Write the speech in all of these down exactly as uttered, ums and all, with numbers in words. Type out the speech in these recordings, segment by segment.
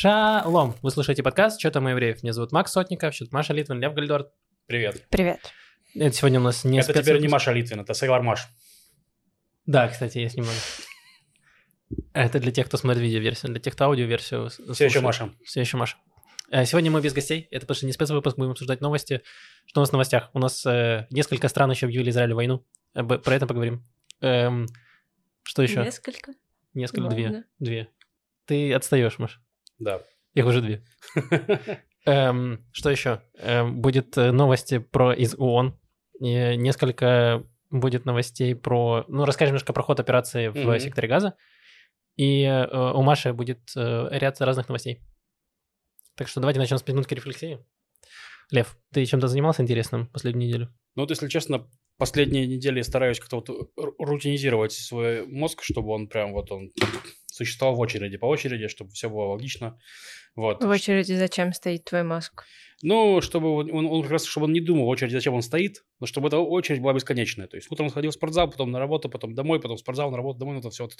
Шалом! Вы слушаете подкаст «Чё там у евреев?». Меня зовут Макс Сотников, счет Маша Литвин, Лев Гальдорт. Привет. Привет. Это сегодня у нас не Это теперь не Маша Литвин, это Сейлор Маш. Да, кстати, есть немного. Это для тех, кто смотрит видеоверсию, для тех, кто аудиоверсию. Все еще Маша. Все еще Маша. Сегодня мы без гостей, это потому что не спецвыпуск, будем обсуждать новости. Что у нас в новостях? У нас э, несколько стран еще объявили Израилю войну, про это поговорим. Эм, что еще? Несколько? Несколько, Ладно. две. Две. Ты отстаешь, Маш. Да. Их уже две. Эм, что еще? Эм, будет новости про из ООН. И несколько будет новостей про... Ну, расскажем немножко про ход операции в Mm-hmm. секторе Газа. И э, у Маши будет э, ряд разных новостей. Так что давайте начнем с минутки рефлексии. Лев, ты чем-то занимался интересным последнюю неделю? Ну вот, если честно, последние недели я стараюсь как-то вот рутинизировать свой мозг, чтобы он прям вот он существовал в очереди, по очереди, чтобы все было логично. Вот. В очереди зачем стоит твой мозг? Ну, чтобы он, он, он как раз, чтобы он не думал в очереди, зачем он стоит, но чтобы эта очередь была бесконечная. То есть утром сходил в спортзал, потом на работу, потом домой, потом в спортзал, на работу, домой, ну это все.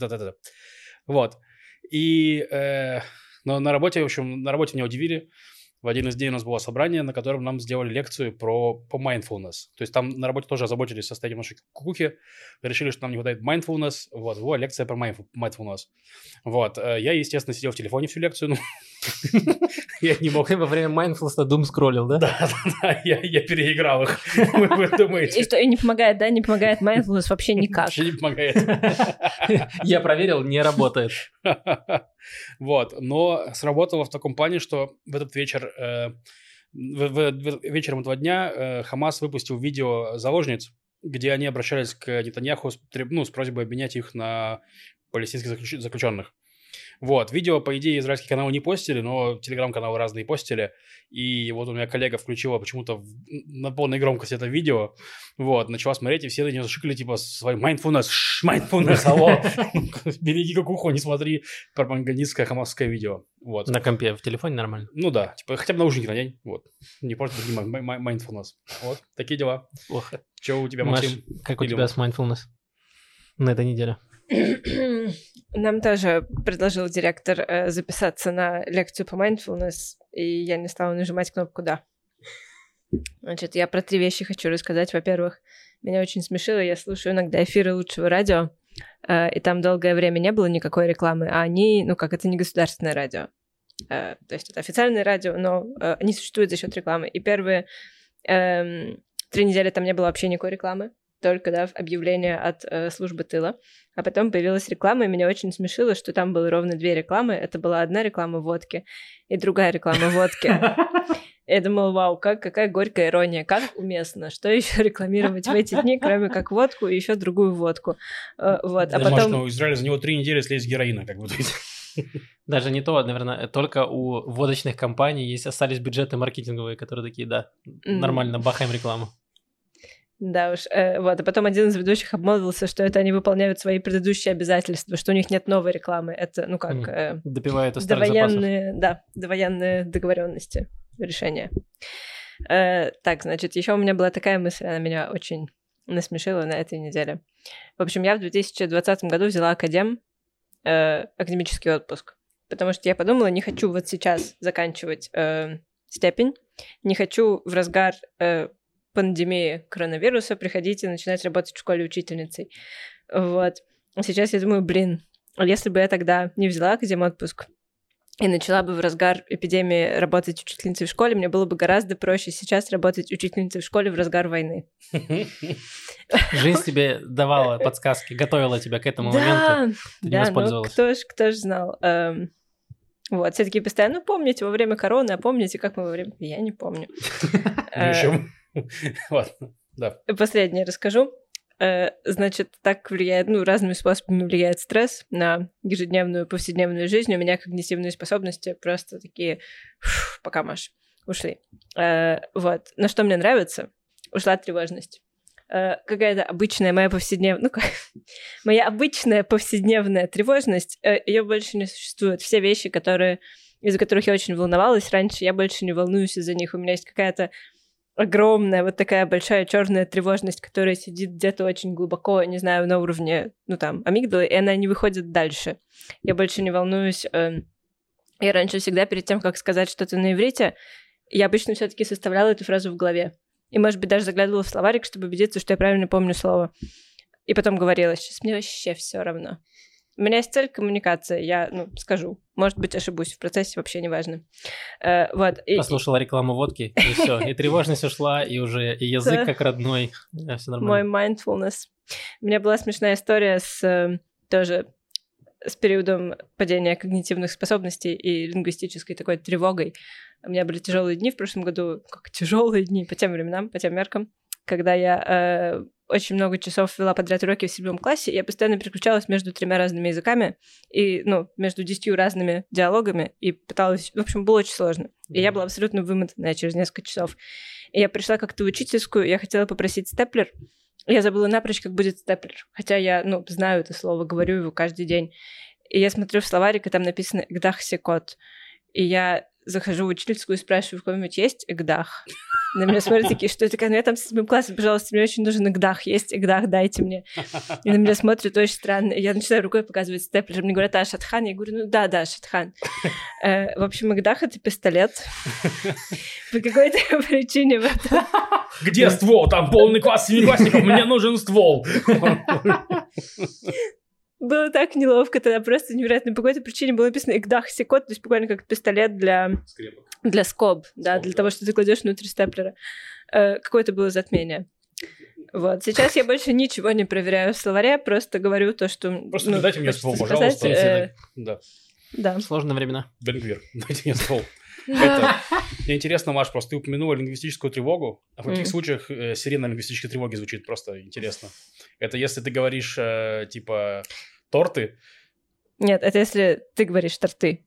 Вот. И э, но на работе, в общем, на работе меня удивили. В один из дней у нас было собрание, на котором нам сделали лекцию про по mindfulness. То есть там на работе тоже озаботились состоянием нашей кукухи, решили, что нам не хватает mindfulness. Вот, была лекция про mindfulness. Вот, я, естественно, сидел в телефоне всю лекцию, ну, я не мог... Ты во время mindfulness Doom скроллил, да? Да, да, да, я переиграл их, вы думаете. И что, и не помогает, да? Не помогает mindfulness вообще никак. Вообще не помогает. Я проверил, не работает. Вот, но сработало в таком плане, что в этот вечер, э, в, в, в, вечером этого дня э, Хамас выпустил видео заложниц, где они обращались к Нетаньяху с, ну, с просьбой обменять их на палестинских заключ, заключенных. Вот, видео, по идее, израильские каналы не постили, но телеграм-каналы разные постили, и вот у меня коллега включила почему-то в, на полной громкости это видео, вот, начала смотреть, и все на нее зашикали, типа, свой mindfulness, шш, mindfulness, алло, береги как ухо, не смотри пропагандистское хамасское видео, вот. На компе, в телефоне нормально? Ну да, типа, хотя бы наушники надень, вот, не просто mindfulness, вот, такие дела. Плохо. Че у тебя, Маш, Максим? как у тебя с mindfulness на этой неделе? Нам тоже предложил директор э, записаться на лекцию по mindfulness, и я не стала нажимать кнопку «Да». Значит, я про три вещи хочу рассказать. Во-первых, меня очень смешило, я слушаю иногда эфиры Лучшего радио, э, и там долгое время не было никакой рекламы, а они, ну как, это не государственное радио. Э, то есть это официальное радио, но э, они существуют за счет рекламы. И первые э, три недели там не было вообще никакой рекламы, только, да, объявление от э, службы тыла. А потом появилась реклама, и меня очень смешило, что там было ровно две рекламы. Это была одна реклама водки и другая реклама водки. Я думала, вау, как, какая горькая ирония, как уместно. Что еще рекламировать в эти дни, кроме как водку и еще другую водку. Вот. А потом... потом... Ну, Израиль за него три недели слезть героина, как будто. Даже не то, наверное, только у водочных компаний есть остались бюджеты маркетинговые, которые такие, да, нормально, бахаем рекламу. Да уж, э, вот, а потом один из ведущих обмолвился, что это они выполняют свои предыдущие обязательства, что у них нет новой рекламы, это, ну как... Э, Допивают из старых довоенные, запасов. Да, довоенные договоренности, решения. Э, так, значит, еще у меня была такая мысль, она меня очень насмешила на этой неделе. В общем, я в две тысячи двадцатом году взяла академ, э, академический отпуск, потому что я подумала, не хочу вот сейчас заканчивать э, степень, не хочу в разгар... Э, пандемии коронавируса приходить и начинать работать в школе учительницей. Вот. Сейчас я думаю, блин, если бы я тогда не взяла академ-отпуск и начала бы в разгар эпидемии работать учительницей в школе, мне было бы гораздо проще сейчас работать учительницей в школе в разгар войны. Жизнь тебе давала подсказки, готовила тебя к этому моменту. Ты не воспользовалась. Да, ну кто ж знал. Вот, все такие постоянно, ну, помните, во время короны, а помните, как мы во время... Я не помню. Ладно, да. Последнее расскажу. Значит, так влияет, ну, разными способами влияет стресс на ежедневную, повседневную жизнь. У меня когнитивные способности просто такие, фу, пока, Маш, ушли. Вот. Но что мне нравится? Ушла тревожность. Какая-то обычная моя повседневная, ну как, моя обычная повседневная тревожность, ее больше не существует. Все вещи, которые, из-за которых я очень волновалась раньше, я больше не волнуюсь из-за них. У меня есть какая-то огромная вот такая большая черная тревожность, которая сидит где-то очень глубоко, не знаю, на уровне, ну там, амигдалы, и она не выходит дальше. Я больше не волнуюсь э, Я раньше всегда перед тем, как сказать что-то на иврите, я обычно все-таки составляла эту фразу в голове. И, может быть, даже заглядывала в словарик, чтобы убедиться, что я правильно помню слово. И потом говорила, сейчас мне вообще все равно. У меня есть цель коммуникации, я, ну, скажу. Может быть, ошибусь, в процессе вообще не важно. Э, вот. И... Послушала рекламу водки, и все. И тревожность ушла, и уже и язык как родной. Все нормально. Мой mindfulness. У меня была смешная история с тоже с периодом падения когнитивных способностей и лингвистической такой тревогой. У меня были тяжелые дни в прошлом году, как тяжелые дни по тем временам, по тем меркам, когда я э, очень много часов вела подряд уроки в седьмом классе, и я постоянно переключалась между тремя разными языками и, ну, между десятью разными диалогами, и пыталась... В общем, было очень сложно. И я была абсолютно вымотанная через несколько часов. И я пришла как-то в учительскую, я хотела попросить степлер. Я забыла напрочь, как будет степлер. Хотя я, ну, знаю это слово, говорю его каждый день. И я смотрю в словарик, и там написано «экдах-секот». И я захожу в учительскую и спрашиваю, в ком-нибудь есть экдах? На меня смотрят такие, что это? Ну, я там с седьмым классом, пожалуйста, мне очень нужен экдах. Есть экдах, дайте мне. И на меня смотрят очень странно. И я начинаю рукой показывать степлер. Мне говорят, а, шатхан? Я говорю, ну да, да, шатхан. Э, в общем, экдах — это пистолет. По какой-то причине в этом... Где ствол? Там полный класс семиклассников, мне нужен ствол. Было так неловко тогда, просто невероятно. По какой-то причине было написано экдах-секот, то есть буквально как пистолет для... Скрепок. Для скоб, да, Скоб, для да. того, что ты кладешь внутрь степлера. Э, какое-то было затмение. Вот. Сейчас я больше ничего не проверяю в словаре, просто говорю то, что... Просто ну, дайте мне хочется ствол, сказать. пожалуйста. Э, Да. да. Сложные времена. Бенгвир, дайте мне ствол. Это... Мне интересно, Маш, просто ты упомянула лингвистическую тревогу. А в каких Mm. случаях э, сирена лингвистической тревоги звучит? Просто интересно. Это если ты говоришь, э, типа, торты? Нет, это если ты говоришь торты.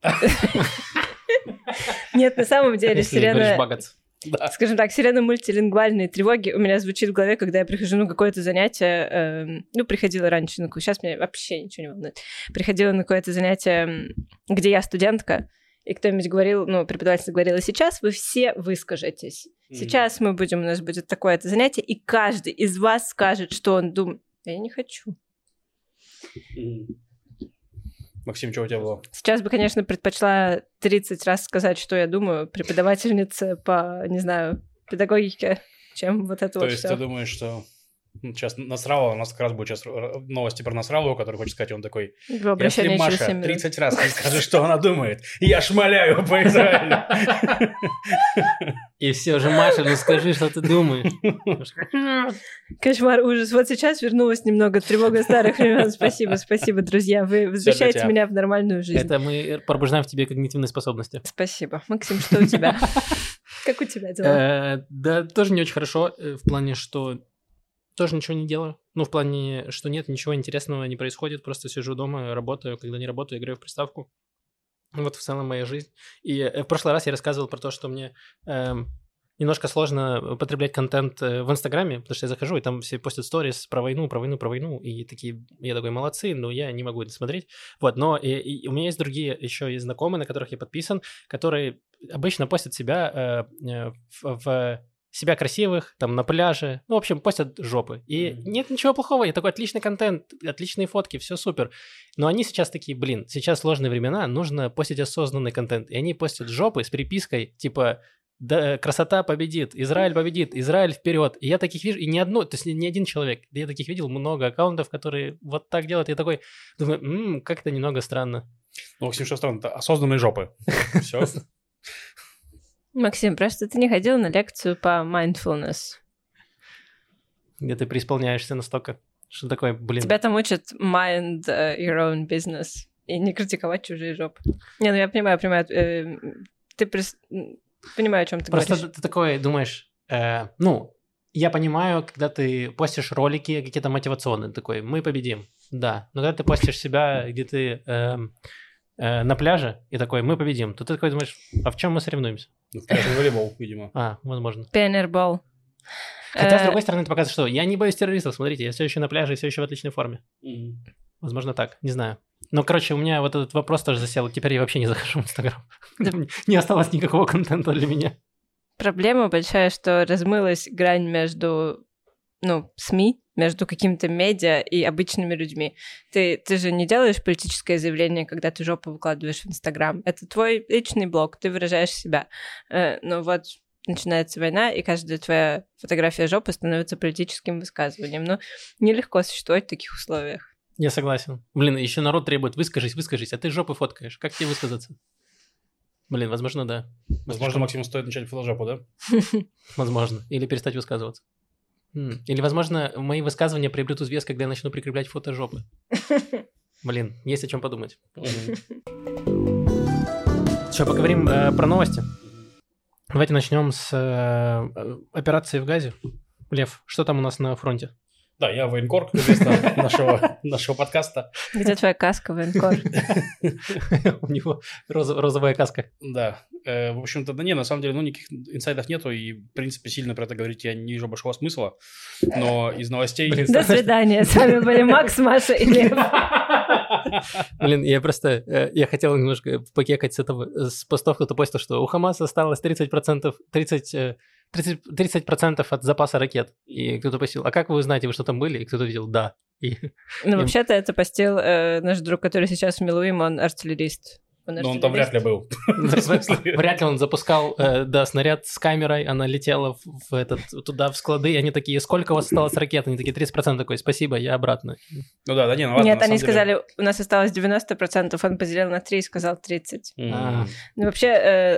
Нет, на самом деле Если говоришь сирена... багац. Да. Скажем так, сирена мультилингвальной тревоги у меня звучит в голове, когда я прихожу на какое-то занятие, э, ну, приходила раньше, ну, сейчас меня вообще ничего не волнует, приходила на какое-то занятие, где я студентка, и кто-нибудь говорил, ну, преподаватель говорила, сейчас вы все выскажетесь, сейчас мы будем, у нас будет такое-то занятие, и каждый из вас скажет, что он думает. Я не хочу. Максим, что у тебя было? Сейчас бы, конечно, предпочла тридцать раз сказать, что я думаю, преподавательнице по, не знаю, педагогике, чем вот это То вот есть всё. ты думаешь, что ну, сейчас Насралова, у нас как раз будет сейчас новости про Насралову, который хочет сказать, он такой, Его если обращение через Маша семь минут. тридцать раз не скажет, что она думает, я шмаляю по Израилю. И все же, Маша, ну скажи, что ты думаешь. Кошмар, ужас. Вот сейчас вернулась немного тревога старых времен. Спасибо, спасибо, друзья. Вы возвращаете тебя. меня в нормальную жизнь. Это мы пробуждаем в тебе когнитивные способности. Спасибо. Максим, что у тебя? Как у тебя дела? Э, Да, тоже не очень хорошо, э, в плане, что тоже ничего не делаю. Ну, в плане, что нет, ничего интересного не происходит, просто сижу дома, работаю, когда не работаю, играю в приставку. Вот в целом моя жизнь. И э, в прошлый раз я рассказывал про то, что мне эм, немножко сложно потреблять контент э, в Инстаграме, потому что я захожу, и там все постят сторис про войну, про войну, про войну, и такие, я такой, молодцы, но я не могу это смотреть. Вот, но и, и у меня есть другие еще и знакомые, на которых я подписан, которые обычно постят себя э, э, в, в себя красивых, там, на пляже, ну, в общем, постят жопы. И Мгм. нет ничего плохого, я такой, отличный контент, отличные фотки, все супер. Но они сейчас такие, блин, сейчас сложные времена, нужно постить осознанный контент. И они постят жопы с припиской, типа, да, красота победит, Израиль победит, Израиль вперед. И я таких вижу, и ни одно, то есть ни один человек, я таких видел много аккаунтов, которые вот так делают. Я такой думаю, м-м, как-то немного странно. Ну, Максим, что странно, это осознанные жопы. Все. Максим, просто ты не ходил на лекцию по mindfulness. Где ты преисполняешься настолько, что такое, блин. Тебя там учат mind uh, your own business и не критиковать чужие жопы. Не, ну я понимаю, понимаю. э, ты прис- м, понимаю, о чем ты Просто говоришь. ты такой думаешь, э, ну, я понимаю, когда ты постишь ролики какие-то мотивационные, такой, мы победим, да. Но когда ты постишь себя, где ты эм, э, на пляже, и такой, мы победим, то ты такой думаешь, а в чем мы соревнуемся? Ну, в пляжный волейбол, видимо. А, возможно. Пионербол. Хотя, с Э, другой стороны, это показывает, что я не боюсь террористов, смотрите, я все еще на пляже и все еще в отличной форме. Возможно, так, не знаю. Но, короче, у меня вот этот вопрос тоже засел, теперь я вообще не захожу в Инстаграм. Не осталось никакого контента для меня. Проблема большая, что размылась грань между, ну, СМИ между каким-то медиа и обычными людьми. Ты, ты же не делаешь политическое заявление, когда ты жопу выкладываешь в Инстаграм. Это твой личный блог, ты выражаешь себя. Э, но вот начинается война, и каждая твоя фотография жопы становится политическим высказыванием. Но нелегко существовать в таких условиях. Я согласен. Блин, еще народ требует, выскажись, выскажись, а ты жопы фоткаешь. Как тебе высказаться? Блин, возможно, да. Возможно, Максиму стоит начать фотожопу, да? Возможно. Или перестать высказываться. Или, возможно, мои высказывания приобретут вес, когда я начну прикреплять фото жопы. Блин, есть о чем подумать. Что, поговорим э, про новости? Давайте начнем с э, операции в Газе. Лев, что там у нас на фронте? Да, я военкор, как известно, нашего, нашего подкаста. Где твоя каска, военкор? У него розовая каска. Да. В общем-то, да не, на самом деле, ну, никаких инсайдов нету, и, в принципе, сильно про это говорить я не вижу большого смысла. Но из новостей... До свидания. С вами были Макс, Маша и Лев. Блин, я просто... Я хотел немножко покекать с этого, с постов, кто-то постил, что у Хамаса осталось тридцать процентов, тридцать... тридцать процентов от запаса ракет. И кто-то постил, а как вы узнаете, вы что там были? И кто-то видел, да. И... Ну, вообще-то это постил э, наш друг, который сейчас в Милуим, он артиллерист. Он Но он там вряд ли был. Вряд ли он запускал, да, снаряд с камерой, она летела в этот, туда, в склады, и они такие, сколько у вас осталось ракет? Они такие, тридцать процентов такой, спасибо, я обратно. Ну да, да не, ну ладно. Нет, они сказали, у нас осталось девяносто процентов, он поделил на три и сказал тридцать. Ну вообще...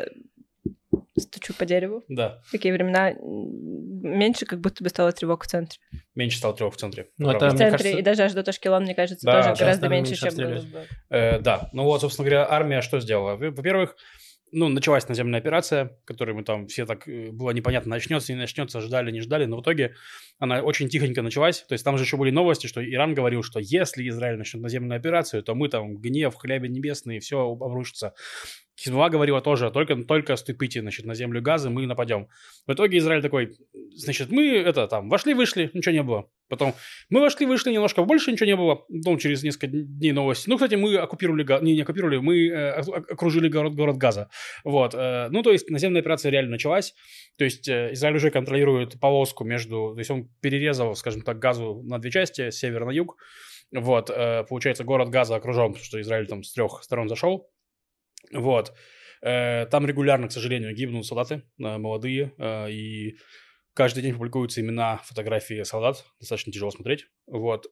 Стучу по дереву. Да. В такие времена меньше как будто бы стало тревог в центре. Меньше стало тревог в центре. Ну, это, в центре, кажется... и даже аж до Ташкелон, мне кажется, да, тоже гораздо меньше, меньше чем было бы. Э, да, ну вот, собственно говоря, армия что сделала? Во-первых, ну, началась наземная операция, которую мы там все так, было непонятно, начнется, не начнется, ждали, не ждали, но в итоге она очень тихонько началась. То есть там же еще были новости, что Иран говорил, что если Израиль начнет наземную операцию, то мы там гнев, хлябе небесный, все обрушится. Хизбулла говорила тоже, только, только ступите, значит, на землю Газы, мы нападем. В итоге Израиль такой, значит, мы это там вошли-вышли, ничего не было. Потом мы вошли-вышли, немножко больше ничего не было. Потом через несколько дней новости. Ну, кстати, мы оккупировали, не, не оккупировали, мы э, окружили город, город Газа. Вот. Э, ну, то есть наземная операция реально началась. То есть э, Израиль уже контролирует полоску между, то есть он перерезал, скажем так, Газу на две части, с севера на юг. Вот. Э, получается, город Газа окружен, потому что Израиль там с трех сторон зашел. Вот. Там регулярно, к сожалению, гибнут солдаты молодые, и каждый день публикуются имена, фотографии солдат, достаточно тяжело смотреть. Вот.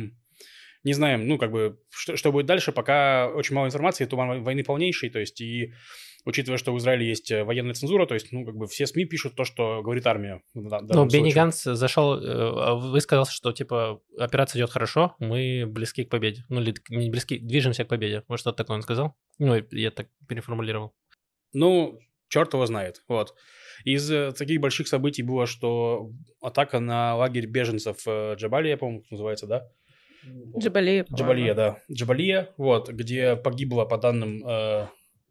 Не знаем, ну, как бы, что, что будет дальше, пока очень мало информации, туман войны полнейший, то есть, и учитывая, что в Израиле есть военная цензура, то есть, ну, как бы, все СМИ пишут то, что говорит армия. Ну, Бенни Ганц зашел, высказался, что, типа, операция идет хорошо, мы близки к победе. Ну, или не близки, движемся к победе. Вот что-то такое он сказал. Ну, я так переформулировал. Ну, черт его знает, вот. Из таких больших событий было, что атака на лагерь беженцев Джабалия, по-моему, называется, да? Джабалия. Джабалия, да. Джабалия, вот, где погибло, по данным э,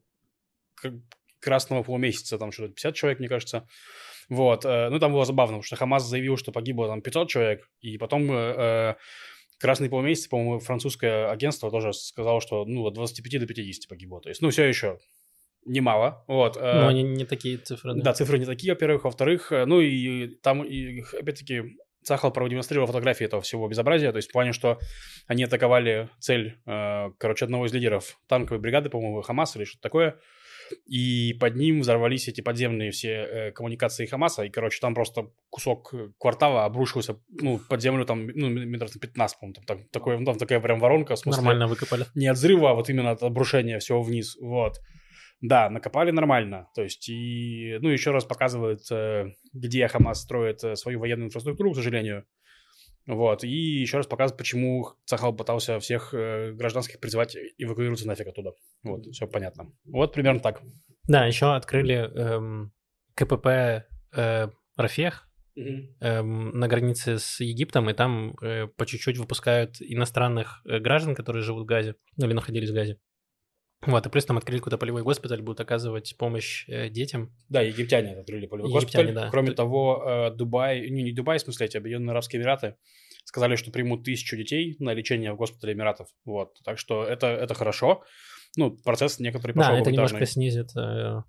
Красного полумесяца, там что-то пятьдесят человек, мне кажется. Вот, э, ну, там было забавно, потому что Хамас заявил, что погибло там пятьсот человек, и потом э, Красный полумесяц, по-моему, французское агентство тоже сказало, что, ну, от двадцати пяти до пятидесяти погибло. То есть, ну, все еще немало, вот. Но они не такие цифры, да? Да, цифры не такие, во-первых. Во-вторых, ну, и там, и, опять-таки... Цахал продемонстрировал фотографии этого всего безобразия, то есть в плане, что они атаковали цель, э, короче, одного из лидеров танковой бригады, по-моему, Хамаса или что-то такое, и под ним взорвались эти подземные все э, коммуникации Хамаса, и, короче, там просто кусок квартала обрушился, ну, под землю, там, ну, метров на пятнадцать, по-моему, там, так, такое, ну, там такая прям воронка, в смысле... Нормально выкопали. Не от взрыва, а вот именно от обрушения всего вниз, вот. Да, накопали нормально, то есть, и, ну, еще раз показывает, где Хамас строит свою военную инфраструктуру, к сожалению, вот, и еще раз показывает, почему Цахал пытался всех гражданских призывать эвакуироваться нафиг оттуда, вот, все понятно. Вот примерно так. Да, еще открыли эм, КПП э, Рафех mm-hmm. эм, на границе с Египтом, и там э, по чуть-чуть выпускают иностранных э, граждан, которые живут в Газе, ну, или находились в Газе. Вот, и плюс там открыли какой-то полевой госпиталь, будут оказывать помощь э, детям. Да, египтяне открыли полевой египтяне, госпиталь. Да. Кроме того, э, Дубай, не, не Дубай, в смысле, эти Объединенные Арабские Эмираты сказали, что примут тысячу детей на лечение в госпитале Эмиратов. Вот, так что это, это хорошо. Ну, процесс некоторый пошел. Да, это немножко снизит э,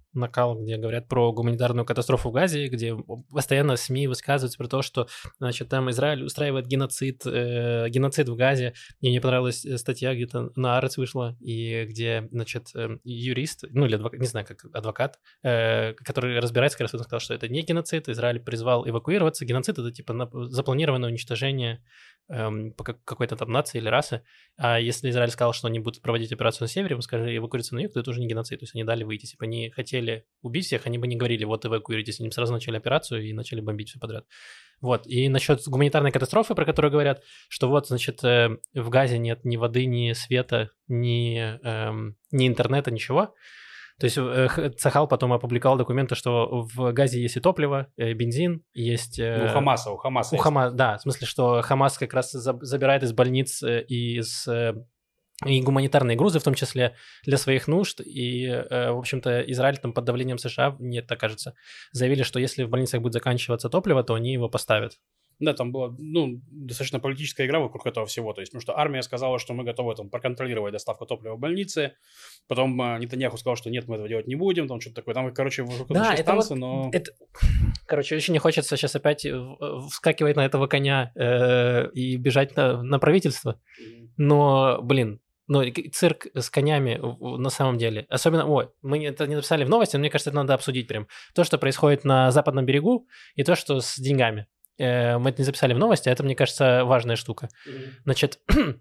накал, где говорят про гуманитарную катастрофу в Газе, где постоянно СМИ высказываются про то, что, значит, там Израиль устраивает геноцид, э, геноцид в Газе. И мне понравилась статья, где-то на Арец вышла, и где, значит, э, юрист, ну или адвокат, не знаю, как адвокат, э, который разбирается, как раз он сказал, что это не геноцид, Израиль призвал эвакуироваться. Геноцид — это типа на, запланированное уничтожение э, какой-то там нации или расы. А если Израиль сказал, что они будут проводить операцию на севере, мы скажем, эвакуироваться на юг, то это уже не геноцид, то есть они дали выйти. Если бы они хотели убить всех, они бы не говорили, вот эвакуируйтесь, они бы сразу начали операцию и начали бомбить все подряд. Вот, и насчет гуманитарной катастрофы, про которую говорят, что вот, значит, в Газе нет ни воды, ни света, ни, эм, ни интернета, ничего. То есть Цахал потом опубликовал документы, что в Газе есть и топливо, и бензин, есть... Ну, у Хамаса, у Хамаса У Хамаса, да, в смысле, что Хамас как раз забирает из больниц и из... и гуманитарные грузы, в том числе для своих нужд, и, в общем-то, Израиль там под давлением США, мне так кажется, заявили, что если в больницах будет заканчиваться топливо, то они его поставят. Да, там была, ну, достаточно политическая игра вокруг этого всего, то есть, потому что армия сказала, что мы готовы там проконтролировать доставку топлива в больнице, потом Нетаньяху сказал, что нет, мы этого делать не будем, там что-то такое, там, короче, вокруг да, это танцы, вот, но... Это... Короче, очень не хочется сейчас опять вскакивать на этого коня э, и бежать на, на правительство, mm-hmm. но, блин, ну, цирк с конями на самом деле. Особенно, ой, мы это не написали в новости, но мне кажется, это надо обсудить прям. То, что происходит на западном берегу, и то, что с деньгами. Э, мы это не записали в новости, а это, мне кажется, важная штука. Mm-hmm. Значит,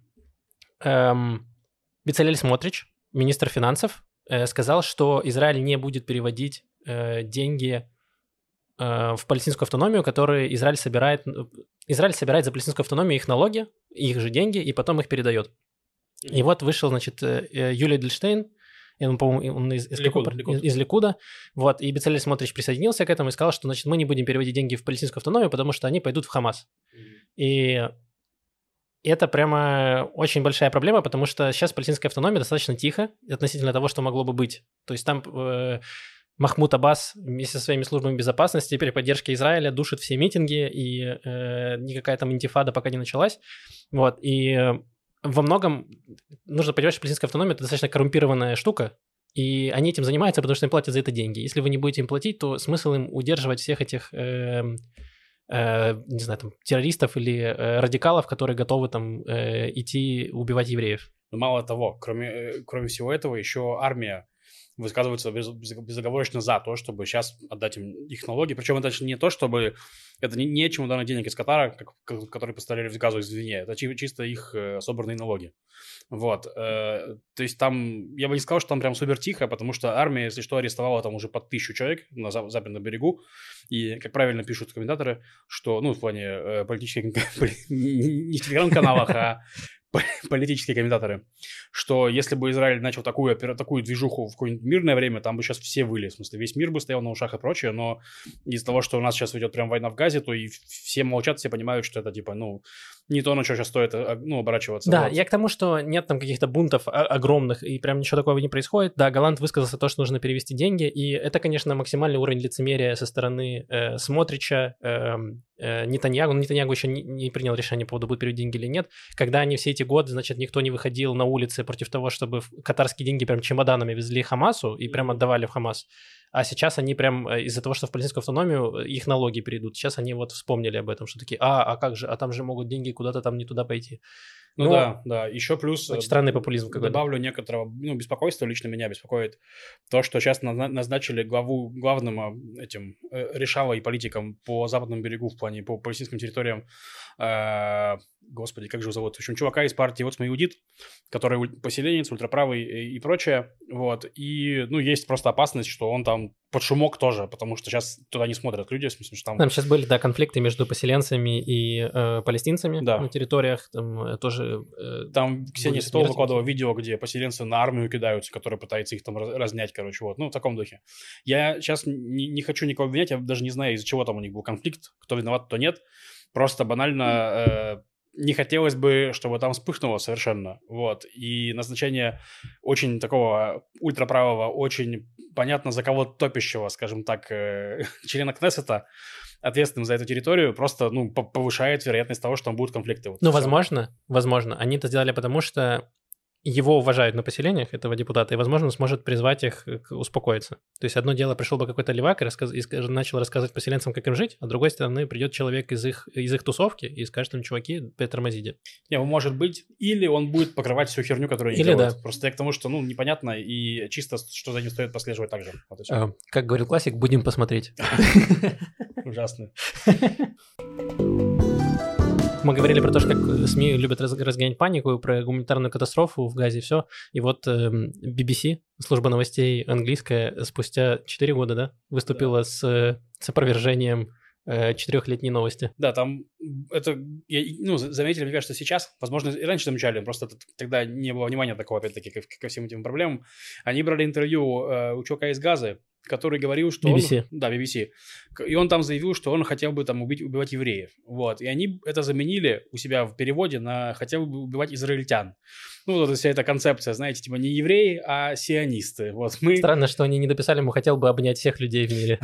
эм, Бецалель Смотрич, министр финансов, э, сказал, что Израиль не будет переводить э, деньги э, в палестинскую автономию, которые Израиль собирает. Израиль собирает за палестинскую автономию их налоги, их же деньги, и потом их передает. И вот вышел, значит, Юлия Эдельштейн, он, по-моему, он из, из, Ликуд, какого, Ликуд. из Ликуда, вот, и Бецалель Смотрич присоединился к этому и сказал, что, значит, мы не будем переводить деньги в палестинскую автономию, потому что они пойдут в Хамас. Mm-hmm. И это прямо очень большая проблема, потому что сейчас палестинская автономия достаточно тихо относительно того, что могло бы быть. То есть там э, Махмуд Аббас вместе со своими службами безопасности при поддержке Израиля душит все митинги, и э, никакая там интифада пока не началась. Вот, и... Э, во многом нужно понимать, что палестинская автономия – это достаточно коррумпированная штука, и они этим занимаются, потому что им платят за это деньги. Если вы не будете им платить, то смысл им удерживать всех этих, э, э, не знаю, там, террористов или э, радикалов, которые готовы там э, идти убивать евреев. Но мало того, кроме, кроме всего этого, еще армия высказывается без, без, безоговорочно за то, чтобы сейчас отдать им их налоги. Причем это не то, чтобы... Это не, не чемодан денег из Катара, как, которые поставляли в газу из Вене. Это чисто их э, собранные налоги. Вот. Э, то есть там... Я бы не сказал, что там прям супер тихо, потому что армия, если что, арестовала там уже под тысячу человек на за, западном берегу. И, как правильно пишут комментаторы, что... Ну, в плане э, политических... Не в телеграм-каналах, а... политические комментаторы, что если бы Израиль начал такую, такую движуху в какое-нибудь мирное время, там бы сейчас все выли, в смысле, весь мир бы стоял на ушах и прочее, но из-за того, что у нас сейчас идет прям война в Газе, то и все молчат, все понимают, что это, типа, ну, не то, на что сейчас стоит, ну, оборачиваться. Да, вот. Я к тому, что нет там каких-то бунтов огромных, и прям ничего такого не происходит. Да, Галант высказался то, что нужно перевести деньги, и это, конечно, максимальный уровень лицемерия со стороны э, Смотрича, э, э, Нетаньяху. Но Нетаньяху еще не, не принял решение по поводу, будут перевести деньги или нет. Когда они все эти годы, значит, никто не выходил на улицы против того, чтобы катарские деньги прям чемоданами везли Хамасу и прям отдавали в Хамас. А сейчас они прям из-за того, что в палестинскую автономию их налоги перейдут, сейчас они вот вспомнили об этом, что такие, а, а как же, а там же могут деньги куда-то там не туда пойти. Ну, ну да, да, еще плюс... Очень странный популизм какой-то. Добавлю некоторого, ну, беспокойства, лично меня беспокоит то, что сейчас назначили главу, главным этим решалой и политиком по западному берегу в плане, по палестинским территориям, э, господи, как же его зовут? В общем, чувака из партии Оцма Иудит, который поселенец, ультраправый и, и прочее, вот, и, ну, есть просто опасность, что он там под шумок тоже, потому что сейчас туда не смотрят люди, в смысле, что там... Там сейчас были, да, конфликты между поселенцами и э, палестинцами да. на территориях, там тоже... Э, там Ксения Светова выкладывала видео, где поселенцы на армию кидаются, которая пытается их там разнять, короче, вот, ну, в таком духе. Я сейчас не, не хочу никого обвинять, я даже не знаю, из-за чего там у них был конфликт, кто виноват, кто нет, просто банально... Э, не хотелось бы, чтобы там вспыхнуло совершенно, вот, и назначение очень такого ультраправого, очень понятно за кого топящего, скажем так, э, члена Кнессета, ответственным за эту территорию, просто, ну, повышает вероятность того, что там будут конфликты. Вот, ну, возможно, возможно. Они это сделали потому, что его уважают на поселениях, этого депутата, и, возможно, он сможет призвать их успокоиться. То есть одно дело, пришел бы какой-то левак и, рассказ... и начал рассказывать поселенцам, как им жить, а с другой стороны придет человек из их, из их тусовки и скажет им, чуваки, притормозите. Не, может быть, или он будет покрывать всю херню, которую они или делают. Да. Просто я к тому, что, ну, непонятно, и чисто, что за ним стоит послеживать также. Вот а, как говорил классик, будем посмотреть. Ужасно. Мы говорили про то, как СМИ любят разгонять панику, про гуманитарную катастрофу в Газе, все. И вот э, би би си, служба новостей английская, спустя четыре года, да, выступила да. с, с опровержением э, четырехлетней новости. Да, там это, я, ну, заметили, мне кажется, сейчас, возможно, и раньше замечали, просто тогда не было внимания такого, опять-таки, ко, ко всем этим проблемам. Они брали интервью э, у чувака из Газы, который говорил, что би би си. Он... Да, би би си. И он там заявил, что он хотел бы там убить, убивать евреев. Вот. И они это заменили у себя в переводе на хотел бы убивать израильтян. Ну, вот вся эта концепция, знаете, типа не евреи, а сионисты. Вот мы... Странно, что они не дописали ему «хотел бы обнять всех людей в мире».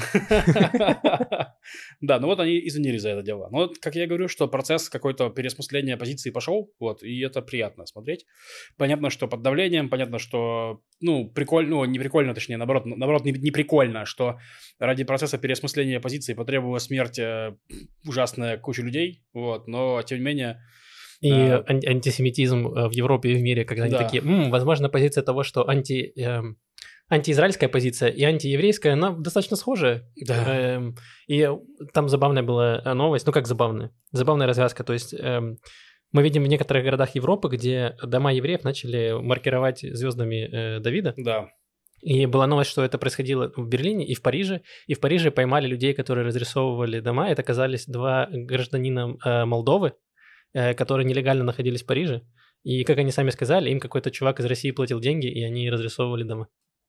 Да, ну вот они извинились за это дело. Но, как я говорю, что процесс какой-то переосмысления позиции пошел, вот, и это приятно смотреть. Понятно, что под давлением, понятно, что, ну, прикольно, ну, не прикольно, точнее, наоборот, наоборот, не, не прикольно, что ради процесса переосмысления позиции потребовалась смерть э, ужасная куча людей, вот, но, тем не менее... И а... ан- антисемитизм в Европе и в мире, когда да. они такие, м-м, возможно, позиция того, что анти... Э- антиизраильская позиция и антиеврейская, она достаточно схожая. Да. Эм, и там забавная была новость, ну как забавная, забавная развязка, то есть эм, мы видим в некоторых городах Европы, где дома евреев начали маркировать звездами э, Давида. Да. И была новость, что это происходило в Берлине и в Париже. И в Париже поймали людей, которые разрисовывали дома. Это оказались два гражданина э, Молдовы, э, которые нелегально находились в Париже. И, как они сами сказали, им какой-то чувак из России платил деньги, и они разрисовывали дома.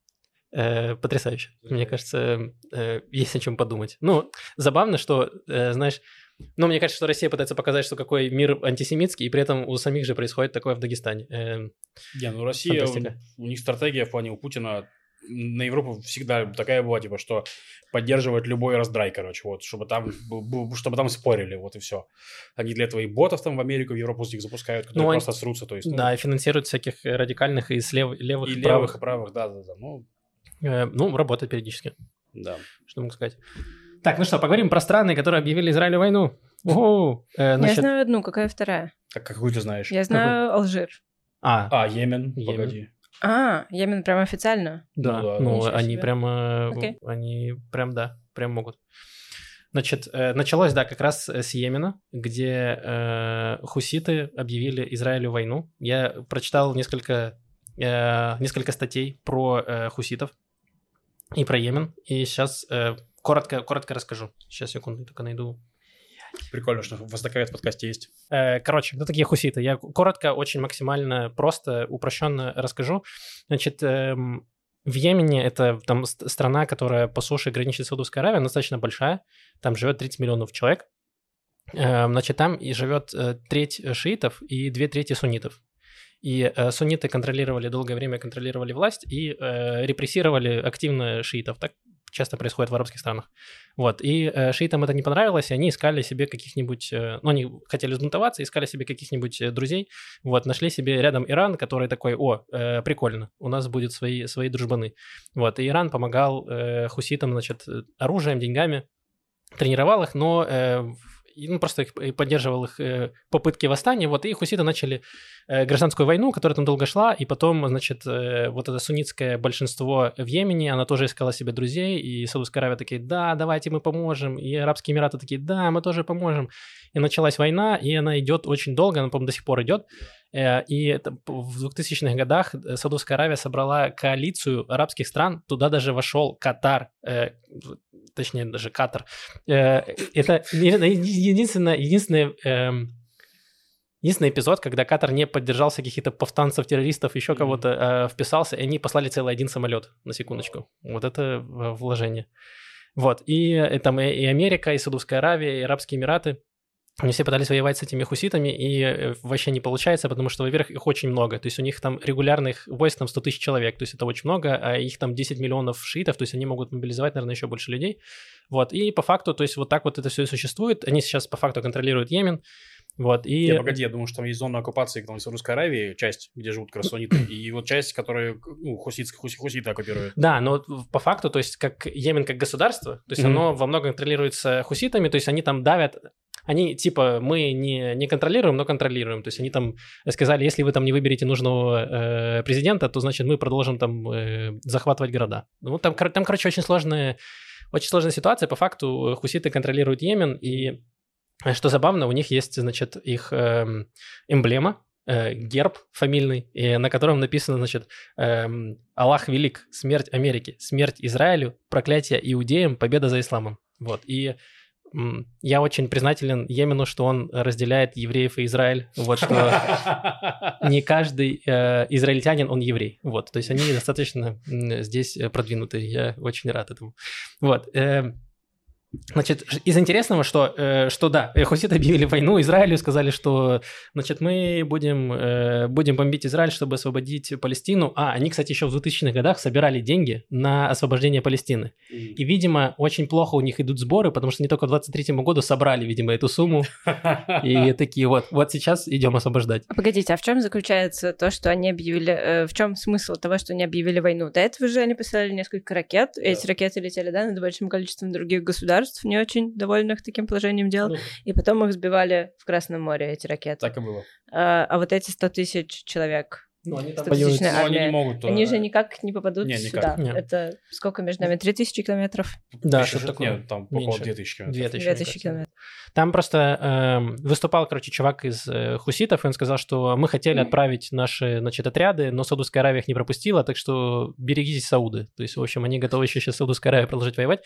Э, потрясающе. Мне кажется, э, есть о чем подумать. Ну, забавно, что, э, знаешь, ну, мне кажется, что Россия пытается показать, что какой мир антисемитский, и при этом у самих же происходит такое в Дагестане. Э, Не, ну Россия, у, у них стратегия в плане у Путина на Европу всегда такая была, типа, что поддерживать любой раздрай, короче, вот, чтобы там, чтобы там спорили, вот и все. Они для этого и ботов там в Америку, в Европу с них запускают, которые ну, просто они... срутся, то есть... Ну, да, и финансируют всяких радикальных и слев... левых, и, и левых, и правых, да-да-да, ну... Ну, работает периодически. Да. Что могу сказать? Так, ну что, поговорим про страны, которые объявили Израилю войну. О, э, значит... Я знаю одну, какая вторая? Так, какую ты знаешь? Я знаю Какой? Алжир. А, а Йемен, Йемен. Погоди. А, Йемен прям официально? Да, ну, да, ну они себе. прямо, okay. они прям, да, прям могут. Значит, э, началось, да, как раз с Йемена, где э, хуситы объявили Израилю войну. Я прочитал несколько, э, несколько статей про э, хуситов и про Йемен, и сейчас э, коротко, коротко расскажу. Сейчас, секунду, только найду. Прикольно, что у вас такая в подкасте есть. Э, короче, кто такие хуситы? Я коротко, очень максимально просто, упрощенно расскажу. Значит, э, в Йемене это там страна, которая по суше граничит с Саудовской Аравией, она достаточно большая, там живет тридцать миллионов человек. Э, значит, там и живет э, треть шиитов и две трети суннитов. И э, сунниты контролировали, долгое время контролировали власть и э, репрессировали активно шиитов. Так часто происходит в арабских странах. Вот. И э, шиитам это не понравилось, и они искали себе каких-нибудь... Э, ну, они хотели взбунтоваться, искали себе каких-нибудь э, друзей. Вот. Нашли себе рядом Иран, который такой, о, э, прикольно, у нас будут свои, свои дружбаны. Вот. И Иран помогал э, хуситам, значит, оружием, деньгами, тренировал их, но... Э, ну, просто их, поддерживал их э, попытки восстания, вот, и хуситы начали э, гражданскую войну, которая там долго шла, и потом, значит, э, вот это суннитское большинство в Йемене, она тоже искала себе друзей, и Саудовская Аравия такие, да, давайте мы поможем, и Арабские Эмираты такие, да, мы тоже поможем, и началась война, и она идет очень долго, она, по-моему, до сих пор идет, э, и это, в двухтысячных годах Саудовская Аравия собрала коалицию арабских стран, туда даже вошел Катар, э, точнее, даже Катар. Э, это единственный, единственный, э, единственный эпизод, когда Катар не поддержался каких-то повстанцев, террористов, еще mm-hmm. кого-то э, вписался, и они послали целый один самолет, на секундочку. Вот это вложение. Вот. И, и там и Америка, и Саудовская Аравия, и Арабские Эмираты. Они все пытались воевать с этими хуситами, и вообще не получается, потому что, во-первых, их очень много. То есть у них там регулярных войск там сто тысяч человек, то есть это очень много, а их там десять миллионов шиитов, то есть они могут мобилизовать, наверное, еще больше людей. Вот, и по факту, то есть вот так вот это все и существует. Они сейчас по факту контролируют Йемен. Вот, и... Я, погоди, я думаю, что там есть зона оккупации, там в Саудовской Аравии, часть, где живут как раз сунниты, и вот часть, которая, ну, хусит, хусит, хуситы оккупируют. Да, но по факту, то есть как Йемен как государство, то есть mm-hmm. оно во многом контролируется хуситами, то есть они там давят, они типа мы не, не контролируем, но контролируем, то есть они там сказали, если вы там не выберете нужного э, президента, то значит мы продолжим там э, захватывать города. Ну там, там, короче, очень сложная, очень сложная ситуация, по факту хуситы контролируют Йемен, и что забавно, у них есть, значит, их э, эмблема, э, герб фамильный, и на котором написано, значит, э, «Аллах велик, смерть Америке, смерть Израилю, проклятие иудеям, победа за исламом». Вот, и э, я очень признателен Йемену, что он разделяет евреев и Израиль, вот, что не каждый э, израильтянин, он еврей, вот, то есть они достаточно здесь продвинутые, я очень рад этому, вот. Э, Значит, из интересного, что, э, что да, хуситы объявили войну Израилю, сказали, что, значит, мы будем, э, будем бомбить Израиль, чтобы освободить Палестину. А, они, кстати, еще в двухтысячных годах собирали деньги на освобождение Палестины. Mm. И, видимо, очень плохо у них идут сборы, потому что не только к двадцать третьему году собрали, видимо, эту сумму. И такие вот, вот сейчас идем освобождать. Погодите, а в чем заключается то, что они объявили, э, в чем смысл того, что они объявили войну? До этого же они посылали несколько ракет, yeah. эти ракеты летели, да, над большим количеством других государств, не очень довольных таким положением дел, ну, и потом их сбивали в Красном море, эти ракеты. Так и было. А, а вот эти сто тысяч человек, ну, они, там армия, ну, они не могут. Они а... же никак не попадут не, сюда. Никак. Это сколько между нами? Три тысячи километров? Да, что такое? Нет, там около две тысячи километров. Две тысячи километров. Там просто э, выступал, короче, чувак из э, хуситов, и он сказал, что мы хотели отправить наши, значит, отряды, но Саудовская Аравия их не пропустила, так что берегитесь, сауды. То есть, в общем, они готовы еще сейчас Саудовская Аравия продолжить воевать.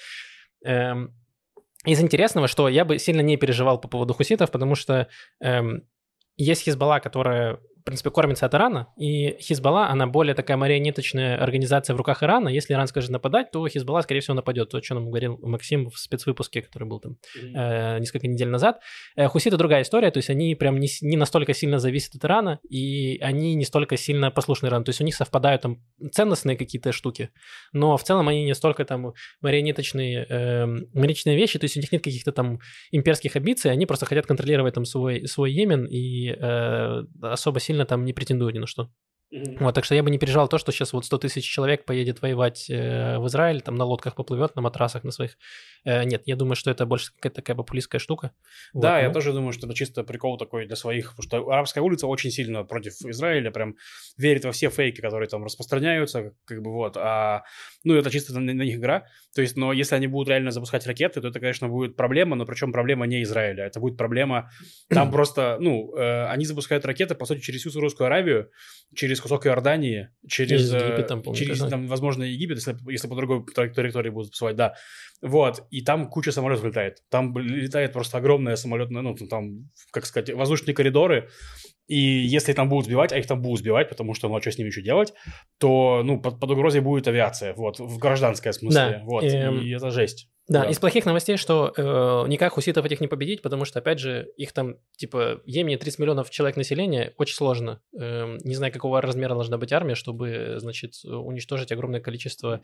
Эм, Из интересного, что я бы сильно не переживал по поводу хуситов, потому что эм, есть Хизбалла, которая, в принципе, кормится от Ирана, и Хизбалла, она более такая марионеточная организация в руках Ирана. Если Иран скажет нападать, то Хизбалла, скорее всего, нападет. То, о чем нам говорил Максим в спецвыпуске, который был там э, несколько недель назад. Э, хуситы другая история, то есть они прям не, не настолько сильно зависят от Ирана, и они не столько сильно послушны Ирану. То есть у них совпадают там ценностные какие-то штуки, но в целом они не столько там марионеточные, э, марионеточные вещи, то есть у них нет каких-то там имперских амбиций, они просто хотят контролировать там свой, свой Йемен и э, особо сильно там не претендуют ни на что. Mm-hmm. Вот, так что я бы не переживал то, что сейчас вот сто тысяч человек поедет воевать э, в Израиль, там на лодках поплывет, на матрасах на своих. Э, нет, я думаю, что это больше какая-то такая популистская штука. Да, вот, я ну... тоже думаю, что это чисто прикол такой для своих, потому что арабская улица очень сильно против Израиля, прям верит во все фейки, которые там распространяются, как бы вот, а, ну, это чисто на, на них игра, то есть, но если они будут реально запускать ракеты, то это, конечно, будет проблема, но причем проблема не Израиля, это будет проблема, там просто, ну, э, они запускают ракеты, по сути, через всю Саудовскую Аравию, через кусок Иордании, через, Египет, там, помню, через там, возможно, Египет, если, если по другой территории будут запускать, да, вот, и там куча самолетов летает, там летает просто огромная самолетная, ну, там, как сказать, воздушные коридоры, и если там будут сбивать, а их там будут сбивать, потому что, ну, а что с ними еще делать, то, ну, под, под угрозой будет авиация, вот, в гражданское смысле, да, вот, эм... и это жесть. Да, да, из плохих новостей, что э, никак хуситов этих не победить, потому что, опять же, их там, типа, в Йемене тридцать миллионов человек населения, очень сложно. Э, не знаю, какого размера должна быть армия, чтобы, значит, уничтожить огромное количество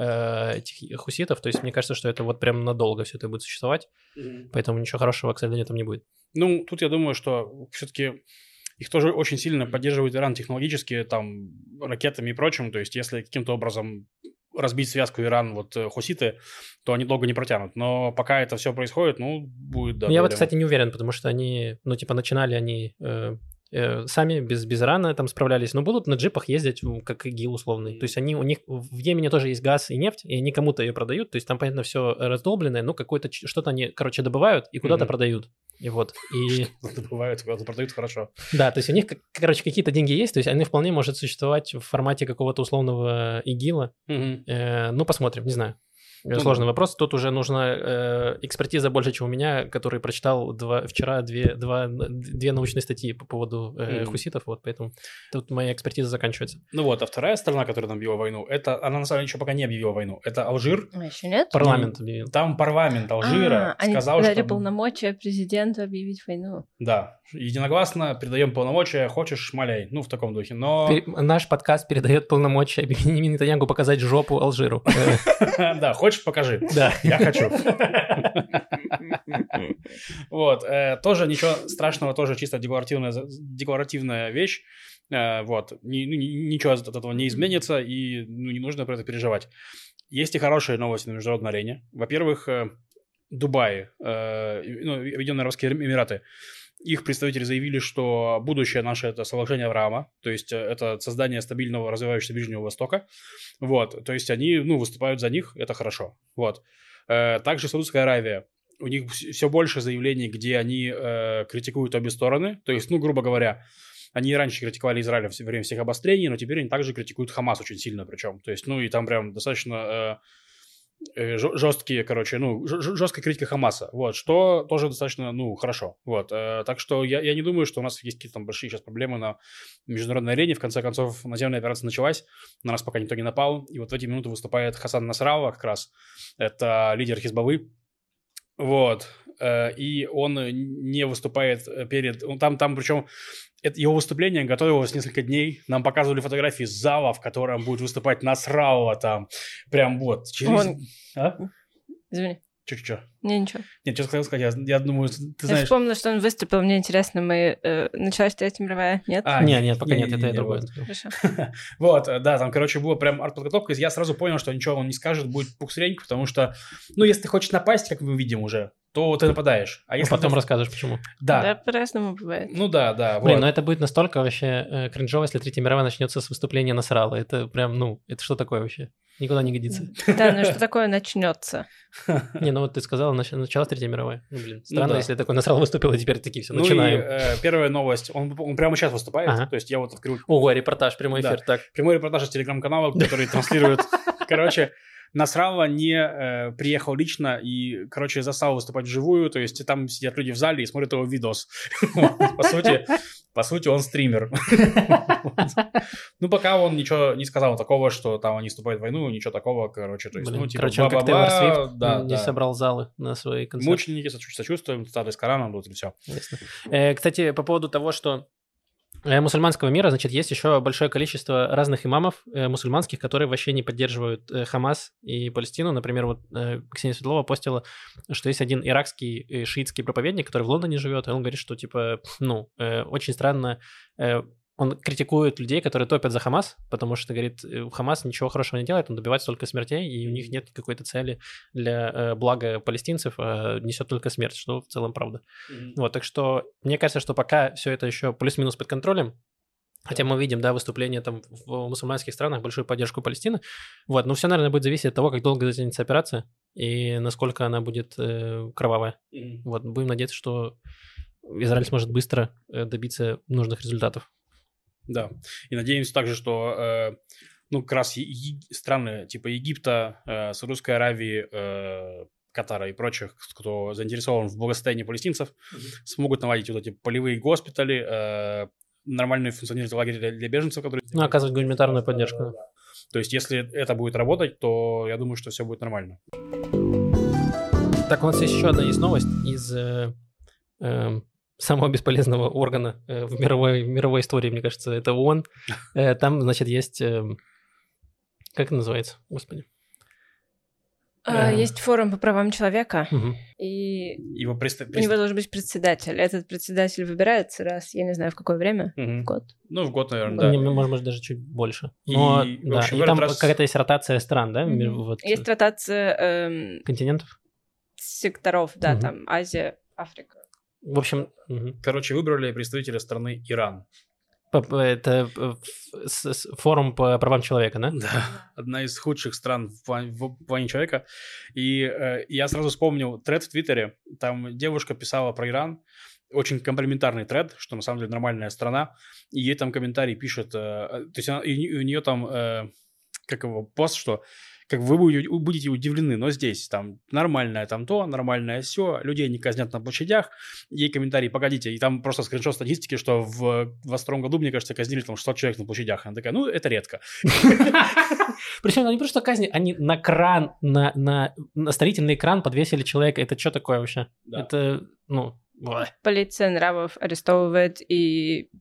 э, этих хуситов. То есть, мне кажется, что это вот прям надолго все это будет существовать, mm-hmm. поэтому ничего хорошего, к сожалению, там не будет. Ну, тут я думаю, что все-таки их тоже очень сильно поддерживает Иран технологически, там, ракетами и прочим. То есть, если каким-то образом разбить связку Иран, вот, хуситы, то они долго не протянут. Но пока это все происходит, ну, будет, да. Я вот, кстати, не уверен, потому что они, ну, типа, начинали они э, э, сами без, без Ирана там справлялись, но будут на джипах ездить, как ИГИЛ условный. То есть они, у них в Йемене тоже есть газ и нефть, и они кому-то ее продают, то есть там, понятно, все раздолбленное, но какое-то что-то они, короче, добывают и куда-то mm-hmm. продают. И вот, и... Добывают, куда-то продают, хорошо. Да, то есть у них, короче, какие-то деньги есть, то есть они вполне могут существовать в формате какого-то условного ИГИЛа. Mm-hmm. Э, ну, посмотрим, не знаю. Ну, сложный да. вопрос. Тут уже нужна э, экспертиза больше, чем у меня, который прочитал два, вчера две, два, две научные статьи по поводу э, mm. хуситов, вот поэтому тут моя экспертиза заканчивается. Ну вот, а вторая страна, которая нам объявила войну, это, она на самом деле еще пока не объявила войну, это Алжир. А еще нет? Парламент объявил. Там парламент Алжира а, сказал, они что... дали полномочия президенту объявить войну. Да, единогласно передаем полномочия, хочешь, шмаляй, ну в таком духе, но... Наш подкаст передает полномочия Беньямину Нетаньяху показать жопу Алжиру. Да, хочешь хочешь, покажи. Да. Я хочу. Вот. Тоже ничего страшного, тоже чисто декларативная вещь. Вот. Ничего от этого не изменится, и не нужно про это переживать. Есть и хорошие новости на международной арене. Во-первых, Дубай, Объединенные Арабские Эмираты, их представители заявили, что будущее наше – это соглашение Авраама, то есть это создание стабильного, развивающегося Ближнего Востока. Вот, то есть они, ну, выступают за них, это хорошо. Вот. Также Саудовская Аравия, у них все больше заявлений, где они э, критикуют обе стороны. То есть, ну, грубо говоря, они и раньше критиковали Израиль во время всех обострений, но теперь они также критикуют Хамас очень сильно причем. То есть, ну, и там прям достаточно... Э, жесткие, короче, ну, жесткая критика Хамаса, вот, что тоже достаточно, ну, хорошо, вот, э, так что я, я не думаю, что у нас есть какие-то там большие сейчас проблемы на международной арене, в конце концов, наземная операция началась, на нас пока никто не напал, и вот в эти минуты выступает Хасан Насралла как раз, это лидер Хизбаллы, вот, э, и он не выступает перед, он там, там, причем, это его выступление готовилось несколько дней. Нам показывали фотографии зала, в котором будет выступать Насралла там. Прям вот. Через... Он... А? Извини. Чё-чё-чё? Не, ничего. Нет, что хотел сказать, я, я думаю, ты я знаешь... Я вспомнила, что он выступил, мне интересно, мы... Э, началась Третья мировая, нет? А, нет, нет, пока не, нет, не, это не, я другое. Хорошо. Вот, да, там, короче, была прям артподготовка, я сразу понял, что ничего он не скажет, будет пук-срень, потому что, ну, если ты хочешь напасть, как мы видим уже, то ты нападаешь. А если ну, потом ты... расскажешь, почему. Да. Да, по-разному бывает. Ну да, да. Блин, вот. ну это будет настолько вообще э, кринжово, если Третья мировая начнется с выступления Насраллы. Это прям, ну, это что такое вообще? Никуда не годится. Да, ну что такое начнется? Не, ну вот ты сказала, началась Третья мировая. Ну, блин, странно, если такой Насралла выступил, и теперь такие все, начинаем. Ну и первая новость, он прямо сейчас выступает, то есть я вот открыл... Ого, репортаж, прямой эфир, так. Прямой репортаж из телеграм-канала, который транслирует, короче... Насралла не э, приехал лично и, короче, застал выступать вживую, то есть там сидят люди в зале и смотрят его видос. По сути, по сути, он стример. Ну, пока он ничего не сказал такого, что там они вступают в войну, ничего такого, короче. Короче, он как Тейлор Свифт не собрал залы на свои концерты. Мученики, сочувствуем, цитаты из Корана, вот и все. Кстати, по поводу того, что мусульманского мира, значит, есть еще большое количество разных имамов э, мусульманских, которые вообще не поддерживают э, Хамас и Палестину. Например, вот э, Ксения Светлова постила, что есть один иракский э, шиитский проповедник, который в Лондоне живет, и он говорит, что, типа, ну, э, очень странно... Э, он критикует людей, которые топят за Хамас, потому что, говорит, Хамас ничего хорошего не делает, он добивается только смертей, и у них нет какой-то цели для э, блага палестинцев, а несет только смерть, что в целом правда. Mm-hmm. Вот, так что мне кажется, что пока все это еще плюс-минус под контролем, хотя мы видим, да, выступления там в мусульманских странах, большую поддержку Палестины, вот, но все, наверное, будет зависеть от того, как долго затянется операция и насколько она будет э, кровавая. Mm-hmm. Вот, будем надеяться, что Израиль сможет быстро э, добиться нужных результатов. Да, и надеемся также, что, э, ну, как раз е- страны типа Египта, э, Саудовской Аравии, э, Катара и прочих, кто заинтересован в благосостоянии палестинцев, mm-hmm. смогут наладить вот эти полевые госпитали, э, нормальные функционирующие лагеря для, для беженцев, которые... Ну, оказывать гуманитарную поддержку. Да, да. То есть, если это будет работать, то я думаю, что все будет нормально. Так, у нас есть еще одна есть новость из... Э, э, самого бесполезного органа э, в мировой, мировой истории, мне кажется, это ООН. Э, там, значит, есть... Э, как это называется? Господи. А, э, есть форум по правам человека, угу. и Его прест... у него должен быть председатель. Этот председатель выбирается раз, я не знаю, в какое время, угу. в год. Ну, в год, наверное, да. Не, может, может, даже чуть больше. Но, и, да. общем, и там раз... какая-то есть ротация стран, да? Угу. Вот... Есть ротация... Эм... Континентов? Секторов, да, угу. Там Азия, Африка. В общем... Угу. Короче, выбрали представителя страны Иран. Это форум по правам человека, да? Да, одна из худших стран в плане, в плане человека. И э, я сразу вспомнил тред в Твиттере. Там девушка писала про Иран. Очень комплиментарный тред, что на самом деле нормальная страна. И ей там комментарий пишет. Э, то есть она, и у нее там, э, как его, пост, что как вы будете удивлены, но здесь там нормальное там то, нормальное все, людей не казнят на площадях. Ей комментарий, погодите, и там просто скриншот статистики, что в двадцать втором году, мне кажется, казнили там шестьсот человек на площадях. Она такая, ну, это редко. Причем они просто казни, они на кран, на, на, на строительный кран подвесили человека. Это что такое вообще? Да. Это, ну... Полиция нравов арестовывает и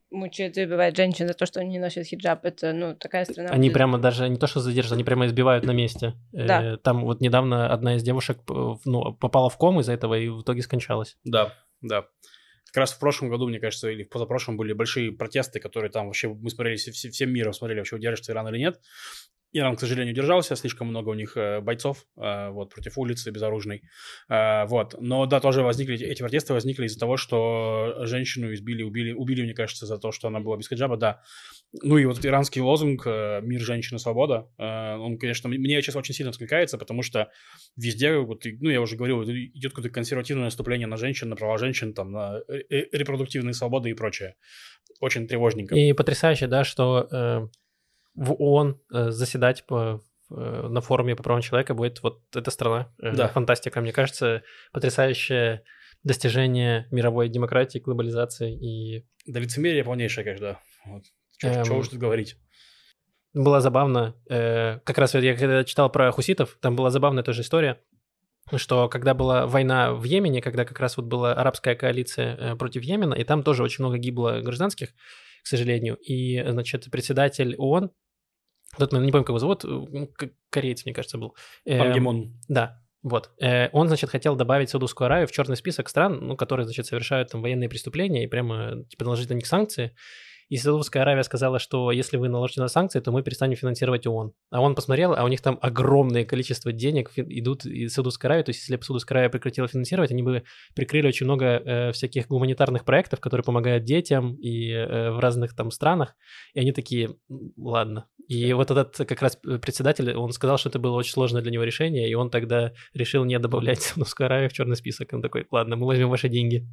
мучают и убивают женщин за то, что они не носят хиджаб. Это, ну, такая страна. Они будет... прямо даже не то, что задерживают, они прямо избивают на месте. Да. Э, Там вот недавно одна из девушек ну, попала в кому из-за этого и в итоге скончалась. Да, да. Как раз в прошлом году, мне кажется, или в позапрошлом были большие протесты, которые там вообще, мы смотрели, все, всем миром смотрели, вообще удержится Иран или нет. Иран, к сожалению, держался, слишком много у них э, бойцов э, вот, против улицы безоружной. Э, вот. Но да, тоже возникли, эти протесты возникли из-за того, что женщину избили, убили, убили, мне кажется, за то, что она была без хиджаба, да. Ну и вот этот иранский лозунг э, «Мир, женщина, свобода», э, он, конечно, мне сейчас очень сильно откликается, потому что везде, вот, ну я уже говорил, идет какое-то консервативное наступление на женщин, на права женщин, там, на репродуктивные свободы и прочее. Очень тревожненько. И потрясающе, да, что... Э... в ООН э, заседать по, э, на форуме по правам человека будет вот эта страна. Э, да. Фантастика. Мне кажется, потрясающее достижение мировой демократии, глобализации и... Да, лицемерие полнейшее, конечно. Вот. Чего эм... уж тут говорить. Было забавно. Э, как раз я когда читал про хуситов, там была забавная тоже история, что когда была война в Йемене, когда как раз вот была арабская коалиция э, против Йемена, и там тоже очень много гибло гражданских, к сожалению, и, значит, председатель ООН, тот, не помню, как его зовут, кореец, мне кажется, был. Пан Ги Мун. Да, вот. Он, значит, хотел добавить Саудовскую Аравию в черный список стран, ну, которые, значит, совершают там военные преступления и прямо, типа, наложить на них санкции. И Саудовская Аравия сказала, что если вы наложите на санкции, то мы перестанем финансировать ООН. А он посмотрел, а у них там огромное количество денег идут из Саудовской Аравии. То есть если бы Саудовская Аравия прекратила финансировать, они бы прикрыли очень много э, всяких гуманитарных проектов, которые помогают детям и э, в разных там странах. И они такие, ладно. И вот этот как раз председатель, он сказал, что это было очень сложное для него решение, и он тогда решил не добавлять Саудовскую Аравию в черный список. Он такой, ладно, мы возьмем ваши деньги.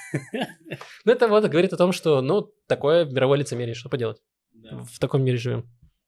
Ну это вот говорит о том, что, ну, такое мировое лицемерие, что поделать? Да. В таком мире живем.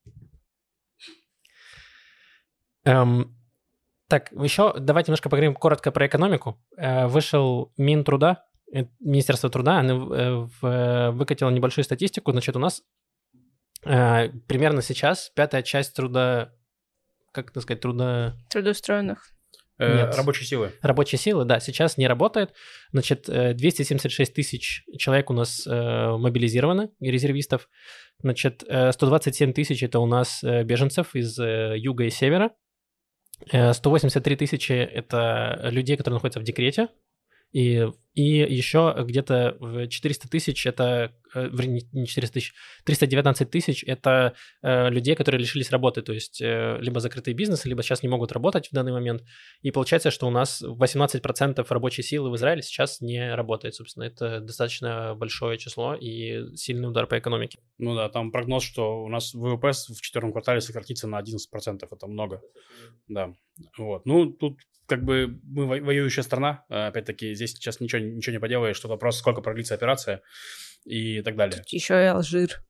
Эм, так, еще давайте немножко поговорим коротко про экономику. Э, вышел Минтруда, э, Министерство труда, оно э, в, выкатило небольшую статистику. Значит, у нас э, примерно сейчас пятая часть труда, как это сказать, труда... Трудоустроенных. Нет. Рабочей силы. Рабочей силы, да, сейчас не работает. Значит, двести семьдесят шесть тысяч человек у нас э, мобилизированы, резервистов. Значит, сто двадцать семь тысяч это у нас беженцев из э, юга и севера. сто восемьдесят три тысячи это людей, которые находятся в декрете. И, и еще где-то четыреста тысяч это, не четыреста тысяч, триста девятнадцать тысяч это э, людей, которые лишились работы, то есть э, либо закрытые бизнесы, либо сейчас не могут работать в данный момент. И получается, что у нас восемнадцать процентов рабочей силы в Израиле сейчас не работает, собственно. Это достаточно большое число и сильный удар по экономике. Ну да, там прогноз, что у нас ВВП в четвертом квартале сократится на одиннадцать процентов, это много. Да, вот. Ну, тут как бы мы воюющая страна, опять-таки здесь сейчас ничего, ничего не поделаешь, что вопрос, сколько продлится операция и так далее. Тут еще и Алжир.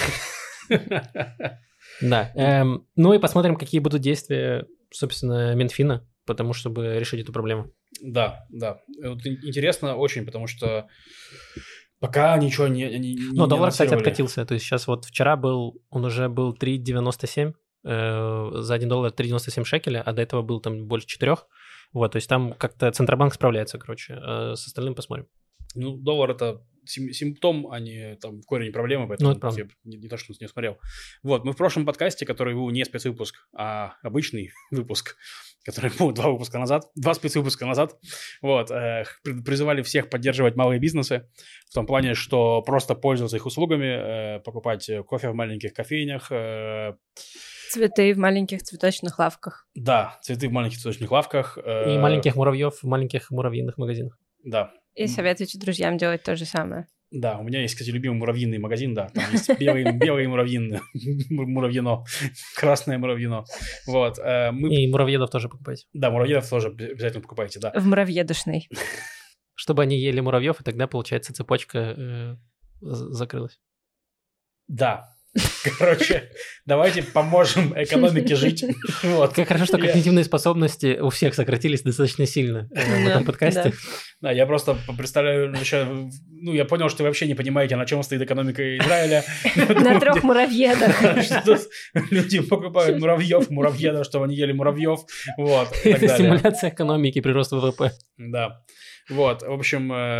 Да, ну и посмотрим, какие будут действия, собственно, Минфина, потому чтобы решить эту проблему. Да, да, интересно очень, потому что пока ничего не не Ну, доллар, кстати, откатился, то есть сейчас вот вчера был, он уже был три девяносто семь, за один доллар три девяносто семь шекеля, а до этого был там больше четырех. Вот, то есть там как-то Центробанк справляется, короче. А с остальным посмотрим. Ну, доллар – это симптом, а не там корень проблемы, поэтому ну, я не, не то, что не смотрел. Вот, мы в прошлом подкасте, который был не спецвыпуск, а обычный выпуск, который был два выпуска назад, два спецвыпуска назад, вот, э, призывали всех поддерживать малые бизнесы, в том плане, что просто пользоваться их услугами, э, покупать кофе в маленьких кофейнях, э, цветы в маленьких цветочных лавках. Да, цветы в маленьких цветочных лавках. Э... И маленьких муравьев в маленьких муравьиных магазинах. Да. И советуйте друзьям делать то же самое. Да, у меня есть, кстати, любимый муравьиный магазин, да, там есть белые, белые муравьино, муравьино, красное муравьино, вот. Мы... И муравьедов тоже покупайте. Да, муравьедов тоже обязательно покупайте, да. В муравьедушной. Чтобы они ели муравьев, и тогда, получается, цепочка э, закрылась. Да. Короче, давайте поможем экономике жить. Вот. Как хорошо, что когнитивные я... способности у всех сократились достаточно сильно э, в этом подкасте. Да. Да, я просто представляю, ну, я понял, что вы вообще не понимаете, на чем стоит экономика Израиля. На трех муравьедах. Люди покупают муравьев, муравьедов, чтобы они ели муравьев, вот, и так далее. Стимуляция экономики, прирост ВВП. Да, вот, в общем...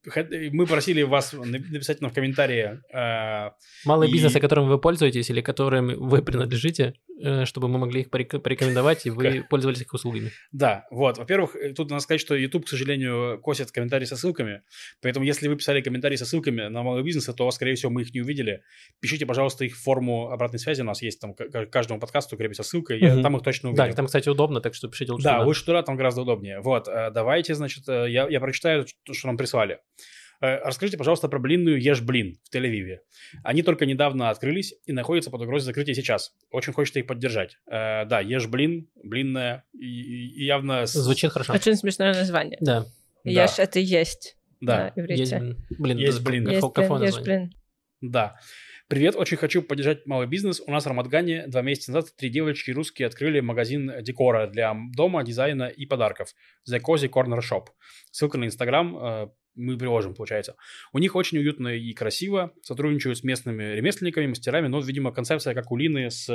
мы просили вас написать нам в комментарии. Э, Малые и... бизнесы, которыми вы пользуетесь или которым вы принадлежите, э, чтобы мы могли их порекомендовать, и вы пользовались их услугами. Да, вот. Во-первых, тут надо сказать, что YouTube, к сожалению, косит комментарии со ссылками, поэтому если вы писали комментарии со ссылками на малые бизнесы, то, скорее всего, мы их не увидели. Пишите, пожалуйста, их в форму обратной связи, у нас есть там к каждому подкасту крепится ссылка, я, угу. там их точно увидел. Да, там, кстати, удобно, так что пишите лучше Да, туда. лучше туда, там гораздо удобнее. Вот, давайте, значит, я, я прочитаю, что нам прислали. Расскажите, пожалуйста, про блинную Ешь Блин в Тель-Авиве. Они только недавно открылись и находятся под угрозой закрытия сейчас. Очень хочется их поддержать. Э, да, Ешь Блин, блинная, и, и явно... Звучит хорошо. Очень смешное название. Да. Ешь да. Это есть да. на иврите. Есть блин. Есть блин. Есть блин, Ешь Блин. Да. Привет, очень хочу поддержать малый бизнес. У нас в Рамадгане два месяца назад три девочки русские открыли магазин декора для дома, дизайна и подарков. The Cozy Corner Shop. Ссылка на Инстаграм э, мы приложим, получается. У них очень уютно и красиво. Сотрудничают с местными ремесленниками, мастерами. Но, видимо, концепция как у Лины с...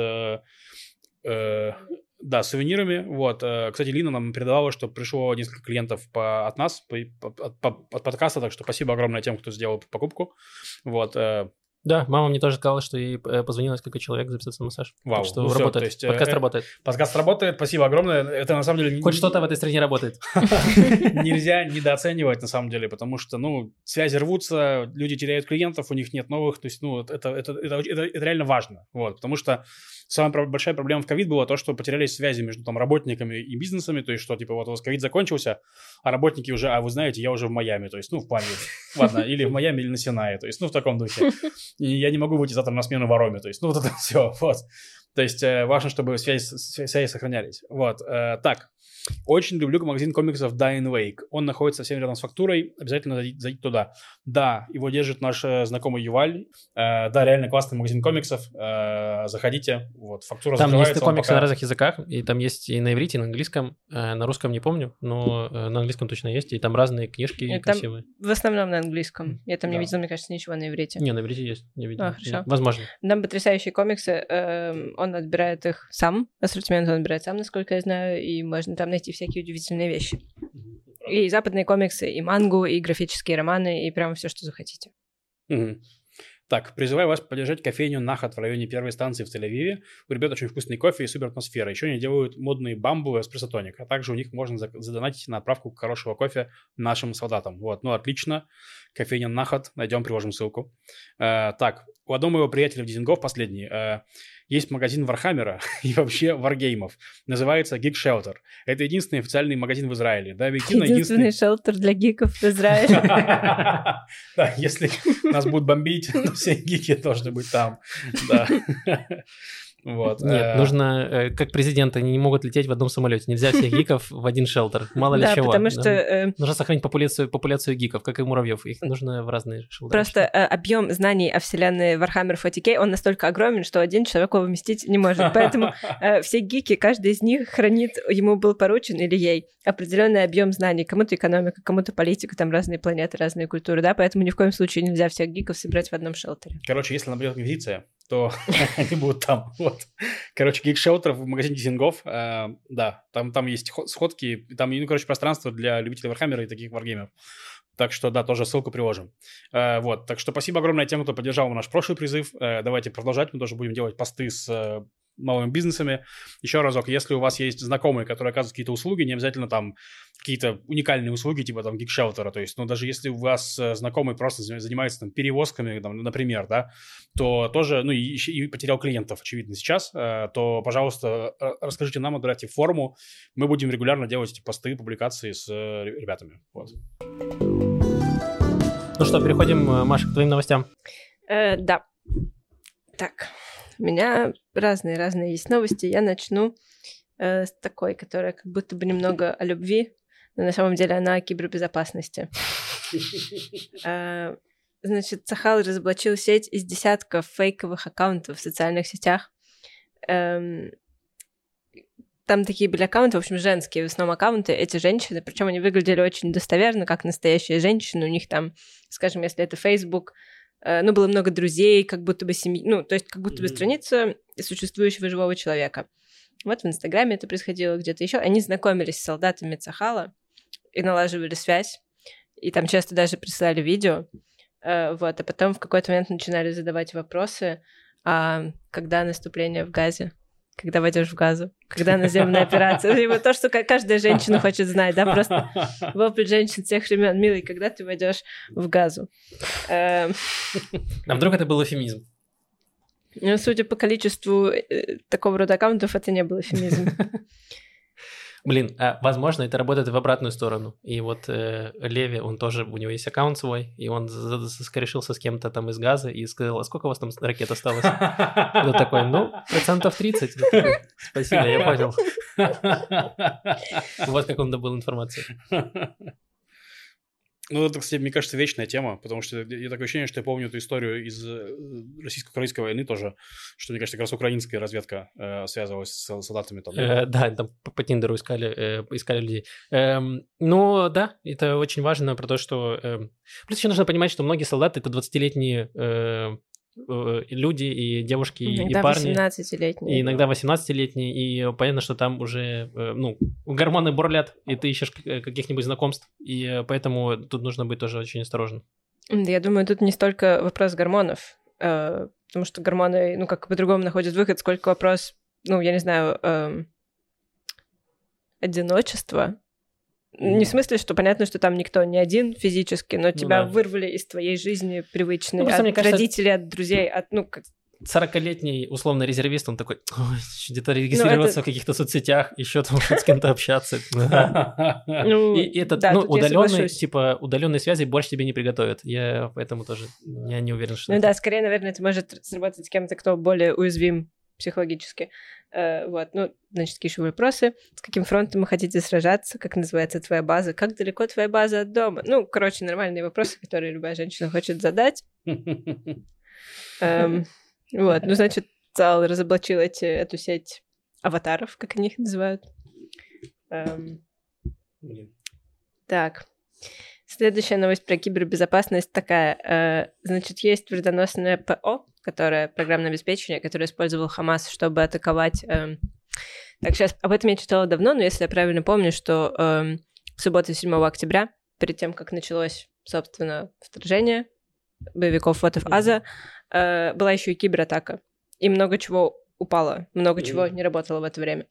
Э, да, с сувенирами. Вот. Кстати, Лина нам передавала, что пришло несколько клиентов по, от нас, по, по, по, от подкаста, так что спасибо огромное тем, кто сделал покупку. Вот. Да, мама мне тоже сказала, что ей позвонило несколько человек записаться на массаж. Вау. Так что ну работает. Все, то есть, подкаст э, работает. Подкаст работает, спасибо огромное. Это на самом деле... Хоть что-то в этой стране работает. Нельзя недооценивать на самом деле, потому что, ну, связи рвутся, люди теряют клиентов, у них нет новых, то есть, ну, это, это, это, это, это реально важно, вот, потому что самая большая проблема в ковид была то, что потерялись связи между там работниками и бизнесами, то есть, что, типа, вот у вас ковид закончился, а работники уже, а вы знаете, я уже в Майами, то есть, ну, в плане, ладно, или в Майами, или на Синае, то есть, ну, в таком духе. И я не могу выйти завтра на смену в Ароме, то есть, ну, вот это все, вот. То есть, э, важно, чтобы связи, связи сохранялись. Вот, э, так. Очень люблю магазин комиксов Dying Wake. Он находится совсем рядом с фактурой. Обязательно зайти, зайти туда. Да, его держит наш э, знакомый Юваль. Э, да, реально классный магазин комиксов. Э, заходите. Вот, фактура там закрывается. Там есть комиксы пока... на разных языках. И там есть и на иврите, и на английском. Э, на русском не помню, но э, на английском точно есть. И там разные книжки и красивые. В основном на английском. Я там да. не видела, мне кажется, ничего на иврите. Не, на иврите есть. Не видел. А, хорошо. Возможно. Там потрясающие комиксы. Э, он отбирает их сам. Ассортимент он отбирает сам, насколько я знаю. И можно там найти всякие удивительные вещи. И западные комиксы, и мангу, и графические романы, и прямо все, что захотите. Угу. Так, призываю вас поддержать кофейню Нахат в районе первой станции в Тель-Авиве. У ребят очень вкусный кофе и супер атмосфера. Еще они делают модные бамбу и эспрессо-тоник. А также у них можно задонатить на отправку хорошего кофе нашим солдатам. Вот, ну отлично. Кофейня Нахат. Найдем, приложим ссылку. Э, так, у одного моего приятеля в Дизингоф, последний, э, есть магазин Вархаммера и вообще варгеймов. Называется Geek Shelter. Это единственный официальный магазин в Израиле. Да, объективно единственный единственный... шелтер для гиков в Израиле. Да, если нас будут бомбить, то все гики должны быть там. Да. Вот. Нет, нужно, как президент, они не могут лететь в одном самолете. Нельзя всех гиков в один шелтер. Мало ли да, чего. Потому что, э... Нужно сохранить популяцию, популяцию гиков, как и муравьев. Их нужно в разные шелтеры. Просто э, объем знаний о вселенной Warhammer сорок кей, он настолько огромен, что один человек его вместить не может. Поэтому э, все гики, каждый из них хранит, ему был поручен или ей определенный объем знаний. Кому-то экономика, кому-то политика, там разные планеты, разные культуры, да, поэтому ни в коем случае нельзя всех гиков собирать в одном шелтере. Короче, если наберет инквизиция, то они будут там. Вот. Короче, Geek Shelter в магазине Дизингоф, э, да, там, там есть сходки, там, ну, короче, пространство для любителей Вархаммера и таких варгеймов. Так что, да, тоже ссылку приложим. Э, вот, так что спасибо огромное тем, кто поддержал наш прошлый призыв. Э, давайте продолжать, мы тоже будем делать посты с э, новыми бизнесами. Еще разок, если у вас есть знакомые, которые оказывают какие-то услуги, не обязательно там какие-то уникальные услуги, типа там Geek Shelter, то есть, ну, даже если у вас э, знакомый просто занимается там перевозками, там, например, да, то тоже, ну, и, и потерял клиентов, очевидно, сейчас, э, то, пожалуйста, расскажите нам, отбирайте форму, мы будем регулярно делать эти посты, публикации с э, ребятами. Вот. Ну что, переходим, Маша, к твоим новостям. Э, да. Так, у меня разные-разные есть новости. Я начну э, с такой, которая как будто бы немного о любви, но на самом деле она о кибербезопасности. Значит, Цахал разоблачил сеть из десятков фейковых аккаунтов в социальных сетях. Там такие были аккаунты, в общем, женские в основном аккаунты, эти женщины, причем они выглядели очень достоверно, как настоящие женщины. У них там, скажем, если это Facebook, ну, было много друзей, как будто бы семьи, ну, то есть как будто бы страница существующего живого человека. Вот в Инстаграме это происходило где-то еще. Они знакомились с солдатами Цахала и налаживали связь. и там часто даже присылали видео, вот, а потом в какой-то момент начинали задавать вопросы, а когда наступление в Газе? Когда войдешь в Газу? Когда наземная операция? И вот то, что каждая женщина хочет знать, да, просто вопль женщин всех времен. Милый, когда ты войдешь в Газу? А вдруг это был эвфемизм? Ну, судя по количеству такого рода аккаунтов, это не был эвфемизм. Блин, а возможно, это работает в обратную сторону. И вот э, Леви, он тоже, у него есть аккаунт свой, и он скорешился с кем-то там из Газа и сказал, а сколько у вас там ракет осталось? Он такой, ну, процентов тридцать. Спасибо, я понял. Вот как он добыл информацию. Ну, это, кстати, мне кажется, вечная тема, потому что я такое ощущение, что я помню эту историю из российско-украинской войны тоже, что, мне кажется, как раз украинская разведка э, связывалась с солдатами там. Э, да, там по, по Тиндеру искали, э, искали людей. Эм, ну, да, это очень важно про то, что... Э, плюс еще нужно понимать, что многие солдаты — это двадцатилетние э, э, люди и девушки, иногда и парни. восемнадцатилетние. И иногда восемнадцатилетние, и понятно, что там уже, э, ну, гормоны бурлят, и ты ищешь каких-нибудь знакомств, и поэтому тут нужно быть тоже очень осторожным. Я думаю, тут не столько вопрос гормонов, э, потому что гормоны, ну, как по-другому находят выход, сколько вопрос, ну, я не знаю, э, одиночества. Mm. Не в смысле, что понятно, что там никто не один физически, но тебя ну, да. вырвали из твоей жизни привычной, ну, от мне кажется, родителей, от друзей, от, ну, как... сорокалетний условный резервист, он такой, где-то регистрироваться ну, это... в каких-то соцсетях, еще там с кем-то общаться. И этот, ну, удаленный, типа, удаленные связи больше тебе не приготовят. Я поэтому тоже, я не уверен, что... Ну да, скорее, наверное, это может сработать с кем-то, кто более уязвим психологически. Вот, ну, значит, какие еще вопросы? С каким фронтом вы хотите сражаться? Как называется твоя база? Как далеко твоя база от дома? Ну, короче, нормальные вопросы, которые любая женщина хочет задать. Вот, ну, значит, Цал разоблачил эти, эту сеть аватаров, как они их называют. Эм... Так. Следующая новость про кибербезопасность такая. Э, значит, есть вредоносное ПО, которое программное обеспечение, которое использовал Хамас, чтобы атаковать... Э... Так, сейчас об этом я читала давно, но если я правильно помню, что э, в субботу седьмого октября, перед тем, как началось, собственно, вторжение боевиков What if Аза, э, была еще и кибератака. И много чего упало, много mm-hmm. чего не работало в это время.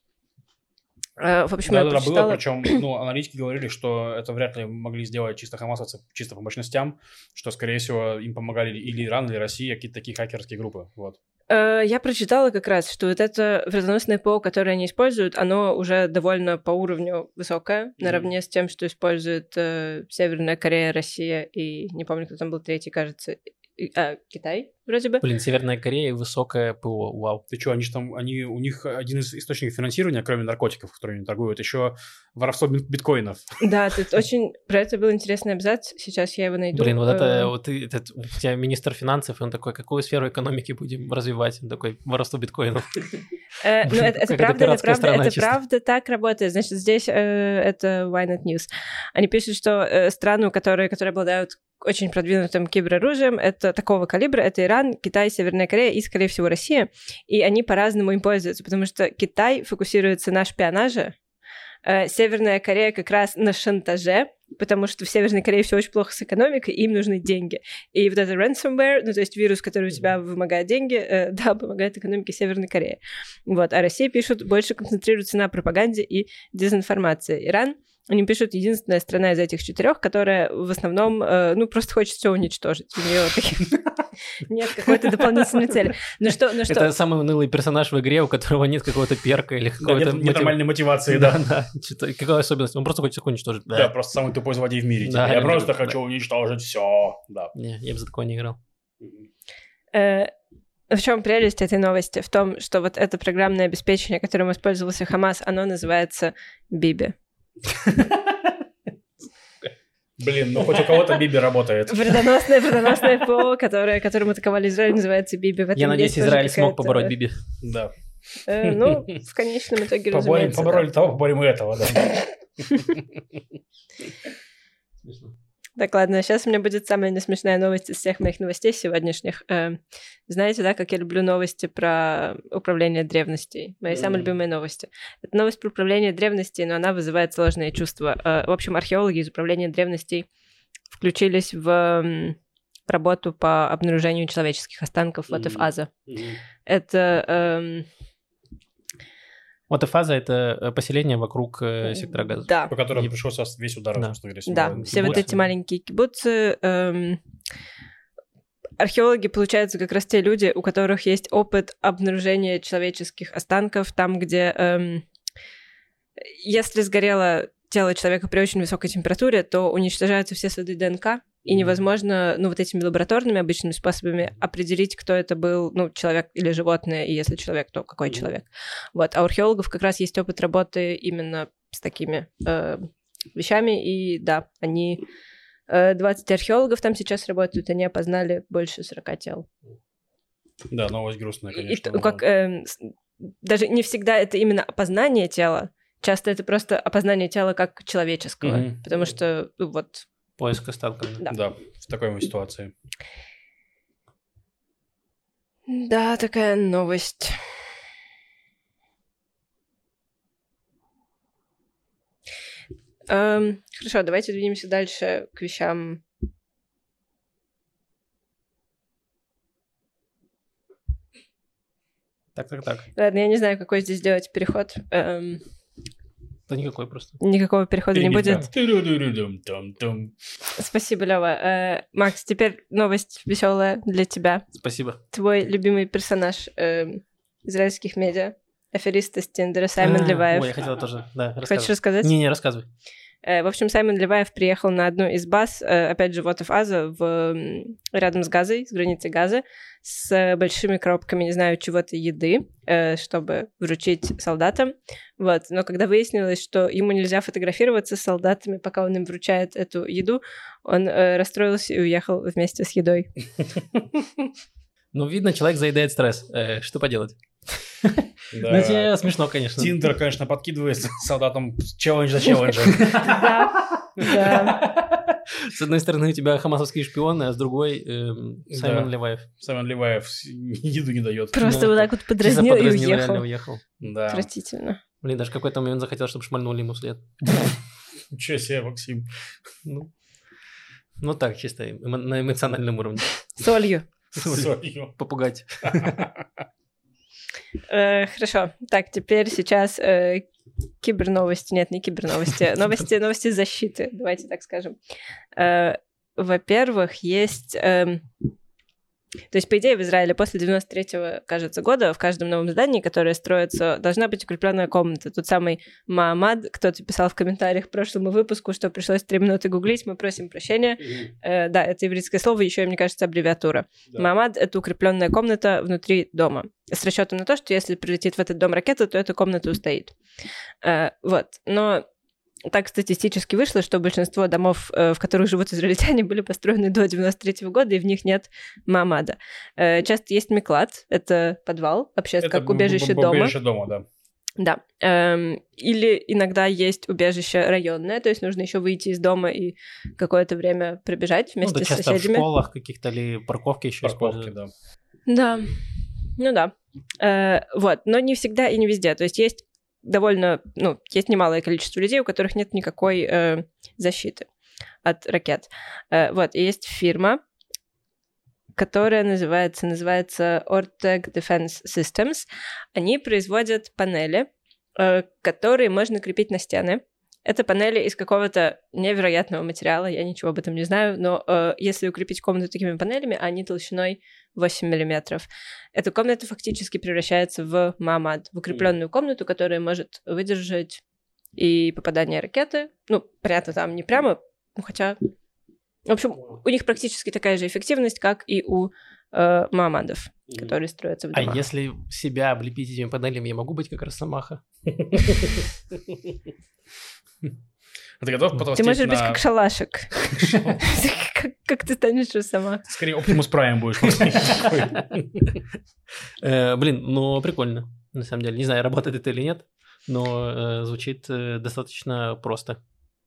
Э, в общем, да, я да, прочитала... было, причем, ну, аналитики говорили, что это вряд ли могли сделать чисто хамасовцы, чисто по мощностям, что, скорее всего, им помогали или Иран, или Россия, какие-то такие хакерские группы, вот. Э, я прочитала как раз, что вот это вредоносное ПО, которое они используют, оно уже довольно по уровню высокое, mm-hmm. наравне с тем, что использует э, Северная Корея, Россия и, не помню, кто там был третий, кажется, и, а, Китай, вроде бы. Блин, Северная Корея, высокое ПО, вау. Ты что, они же там, они, у них один из источников финансирования, кроме наркотиков, которыми они торгуют, еще воровство биткоинов. Да, тут очень, про это был интересный абзац, сейчас я его найду. Блин, вот это, вот этот, у тебя министр финансов, он такой, какую сферу экономики будем развивать? Он такой, воровство биткоинов. Ну, это правда, это правда, это правда так работает. Значит, здесь это Ynet News. Они пишут, что страны, которые обладают очень продвинутым кибероружием, это такого калибра, это Иран, Китай, Северная Корея и, скорее всего, Россия, и они по-разному им пользуются, потому что Китай фокусируется на шпионаже, э, Северная Корея как раз на шантаже, потому что в Северной Корее все очень плохо с экономикой, и им нужны деньги. И вот это ransomware, ну, то есть вирус, который у тебя вымогает деньги, э, да, помогает экономике Северной Кореи. Вот, а Россия, пишут, больше концентрируется на пропаганде и дезинформации. Иран, они пишут, единственная страна из этих четырех, которая в основном, э, ну, просто хочет все уничтожить. У нее нет какой-то дополнительной цели. Ну что, ну что? Это самый унылый персонаж в игре, у которого нет какого-то перка или какой-то... Нет нормальной мотивации, да. Какая особенность? Он просто хочет все уничтожить. Да, просто самый тупой злодей в мире. Я просто хочу уничтожить все. Не, я бы за такое не играл. В чем прелесть этой новости? В том, что вот это программное обеспечение, которым использовался Хамас, оно называется Биби. Блин, ну хоть у кого-то Биби работает. Вредоносное, вредоносное ПО, которое, которым атаковали Израиль, называется Биби. Я надеюсь, Израиль смог побороть Биби. Да. Э, ну, в конечном итоге, разумеется. Побороли да. того, поборем и этого, да. Смешно. Так, ладно, сейчас у меня будет самая несмешная новость из всех моих новостей сегодняшних. Э, знаете, да, как я люблю новости про управление древностей? Мои mm. самые любимые новости. Это новость про управление древностей, но она вызывает сложные чувства. Э, в общем, археологи из управления древностей включились в м, работу по обнаружению человеческих останков вот Мгм. Аза. Мгм. Это эм, Вот Эфаза — это э, поселение вокруг э, сектора газа. да, По которым И- пришелся весь удар, Да. собственно говоря, да, снимал. все вот кибуцы. эти маленькие кибуцы. эм, археологи, получается, как раз те люди, у которых есть опыт обнаружения человеческих останков там, где эм, если сгорело тело человека при очень высокой температуре, то уничтожаются все следы ДНК, и Мгм. невозможно, ну, вот этими лабораторными обычными способами определить, кто это был, ну, человек или животное, и если человек, то какой Мгм. человек. Вот, а у археологов как раз есть опыт работы именно с такими э, вещами, и да, они... э, двадцать археологов там сейчас работают, они опознали больше сорока тел. Да, новость грустная, И- конечно. и т- как, эм, с- даже не всегда это именно опознание тела, часто это просто опознание тела как человеческого, Мгм. потому что, ну, вот, Поиск останков. да. да. Да, в такой вот ситуации. Да, такая новость. Эм, хорошо, давайте двинемся дальше к вещам. Так, так, так. Ладно, я не знаю, какой здесь делать переход. Эм, Да никакой просто. никакого перехода не будет. Ту-ду-ду-дум-дум-дум. Спасибо, Лёва. Э, Макс, теперь новость веселая для тебя. Спасибо. Твой любимый персонаж эм, израильских медиа, аферист из Тиндера Саймон А, Леваев. Ой, я хотела тоже, да, Хочешь рассказывай. рассказать? Не-не, рассказывай. Э, В общем, Саймон Леваев приехал на одну из баз, э, опять же, вот в Аза, в, м, рядом с Газой, с границей Газы, с э, большими коробками, не знаю, чего-то еды, э, чтобы вручить солдатам. Вот. Но когда выяснилось, что ему нельзя фотографироваться с солдатами, пока он им вручает эту еду, он э, расстроился и уехал вместе с едой. Ну, видно, человек заедает стресс. Э, Что поделать? Да. Ну, это смешно, конечно. Тиндер, конечно, подкидывает солдатам челлендж за челленджем. Да, да. С одной стороны, у тебя хамасовские шпионы, а с другой эм, Саймон Да. Леваев. Саймон Леваев еду не дает. Просто Да, вот так вот Чисто подразнил и подразнил, реально уехал. уехал. Да. Отвратительно. Блин, даже в какой-то момент захотел, чтобы шмальнули ему вслед. Ничего себе, Максим. Ну, ну так, чисто эмо- на эмоциональном уровне. Солью. Солью. Попугать. Э, Хорошо. Так, теперь сейчас э, киберновости. Нет, не киберновости. Новости, новости защиты. Давайте так скажем. Э, Во-первых, есть... эм, То есть, по идее, в Израиле после девяносто третьего, кажется, года в каждом новом здании, которое строится, должна быть укрепленная комната. Тот самый Маамад, кто-то писал в комментариях к прошлому выпуску, что пришлось три минуты гуглить, мы просим прощения. Э, да, это еврейское слово, еще, мне кажется, аббревиатура. Да. Маамад — это укрепленная комната внутри дома. С расчетом на то, что если прилетит в этот дом ракета, то эта комната устоит. Э, вот. Но так статистически вышло, что большинство домов, э, в которых живут израильтяне, были построены до девяносто третьего года, и в них нет Маамада. Э, часто есть миклат, это подвал, общественное, Это как убежище б- б- дома. Убежище дома, да. Да. Эм, или иногда есть убежище районное, то есть нужно еще выйти из дома и какое-то время пробежать Ну, вместе да, с часто в соседями. школах каких-то или парковки еще Парковки, используют. да. Да, ну да. Э, вот, но не всегда и не везде. То есть есть довольно, ну, есть немалое количество людей, у которых нет никакой э, защиты от ракет. Э, вот, и есть фирма, которая называется, называется Ortec Defense Systems. Они производят панели, э, которые можно крепить на стены. Это панели из какого-то невероятного материала, я ничего об этом не знаю, но э, если укрепить комнату такими панелями, они толщиной восемь миллиметров, эта комната фактически превращается в мамад, в укрепленную комнату, которая может выдержать и попадание ракеты. Ну, понятно, там не прямо, ну хотя... В общем, у них практически такая же эффективность, как и у э, мамадов, которые строятся в А домах. если себя облепить этими панелями, я могу быть как Росомаха? А ты готов Ты потолстеть можешь быть на- как шалашик. Как- Как ты станешь сама? Скорее, Optimus Prime будешь. Максим, такой. Э, Блин, ну прикольно, на самом деле. Не знаю, работает это или нет, но э, звучит э, достаточно просто.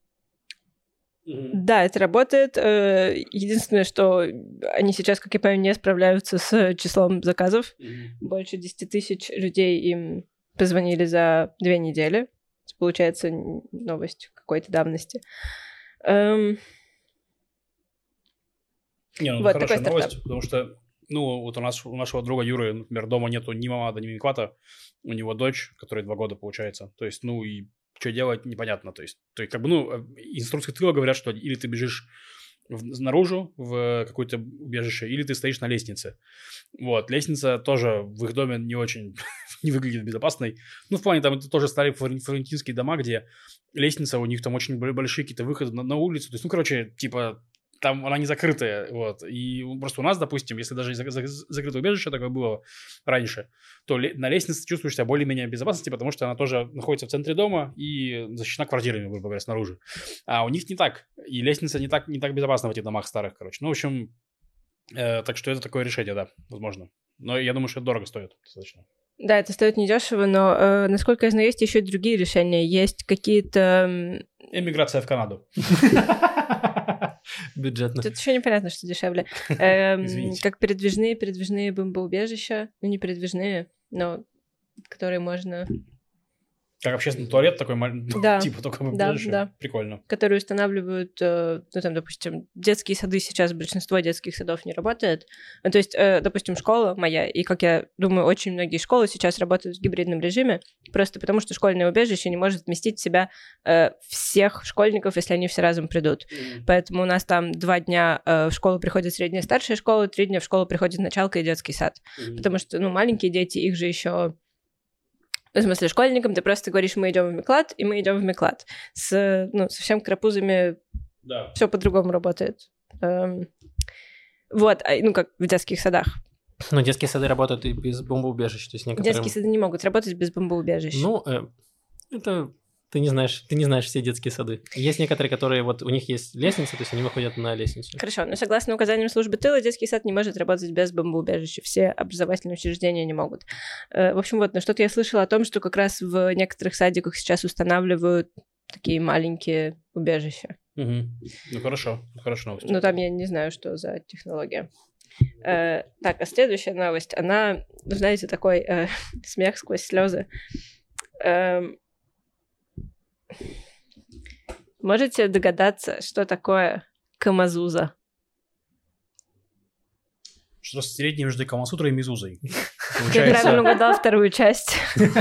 Да, это работает. Э, Единственное, что они сейчас, как я понимаю, не справляются с числом заказов. Больше десять тысяч людей им позвонили за две недели. Получается, н- новость какой-то давности. Эм, Не, ну Вот это такой хорошая новость, стартап. потому что, ну, вот у нас, у нашего друга Юры, например, дома нету ни мамада, ни минквата, у него дочь, которой два года получается, то есть, ну, и что делать, непонятно, то есть, то есть, как бы, ну, инструкции тыла говорят, что или ты бежишь в, наружу в какое-то убежище, или ты стоишь на лестнице. Вот, лестница тоже в их доме не очень не выглядит безопасной. Ну, в плане, там, это тоже старые флорентинские дома, где лестница, у них там очень большие какие-то выходы на, на улицу. То есть, ну, короче, типа, там она не закрытая, вот. И просто у нас, допустим, если даже за, за, закрытое убежище такое было раньше, то ле- на лестнице чувствуешь себя более-менее в безопасности, потому что она тоже находится в центре дома и защищена квартирами, грубо говоря, снаружи. А у них не так. И лестница не так, не так безопасна в этих домах старых, короче. Ну, в общем, э, так что это такое решение, да, возможно. Но я думаю, что это дорого стоит достаточно. Да, это стоит недешево, но, э, насколько я знаю, есть еще и другие решения. Есть какие-то... Эмиграция в Канаду. Бюджетно. Тут еще непонятно, что дешевле. Эм, Извините. как передвижные, передвижные бомбоубежища. Ну, не передвижные, но которые можно... Как общественный туалет такой, Да, типа только да, убежище. да. Прикольно. Которые устанавливают, э, ну, там, допустим, детские сады. Сейчас большинство детских садов не работает. Ну, то есть, э, допустим, школа моя, и, как я думаю, очень многие школы сейчас работают в гибридном режиме, просто потому что школьное убежище не может вместить в себя э, всех школьников, если они все разом придут. Mm-hmm. Поэтому у нас там два дня э, в школу приходит средняя, старшая школа, три дня в школу приходит началка и детский сад. Mm-hmm. Потому что, ну, маленькие дети, их же еще... В смысле, школьникам ты просто говоришь, мы идем в Меклад, и мы идем в Меклад. С, ну, со всем крапузами Да. все по-другому работает. Эм, вот, а, ну, как в детских садах. Но детские сады работают и без бомбоубежищ, то есть некоторые... Детские сады не могут работать без бомбоубежищ. Ну, э, это... Ты не знаешь, ты не знаешь все детские сады. Есть некоторые, которые вот у них есть лестница, то есть они выходят на лестницу. Хорошо, но согласно указаниям службы тыла, детский сад не может работать без бомбоубежища. Все образовательные учреждения не могут. Э, в общем, вот, но что-то я слышала о том, что как раз в некоторых садиках сейчас устанавливают такие маленькие убежища. Угу. Ну, хорошо. Хорошая новость. Но там я не знаю, что за технология. Э, так, а следующая новость, она, ну, знаете, такой э, смех сквозь слезы. Э, можете догадаться, что такое Камазуза? Что-то среднее между Камасутрой и Мизузой. Ты правильно угадал вторую часть.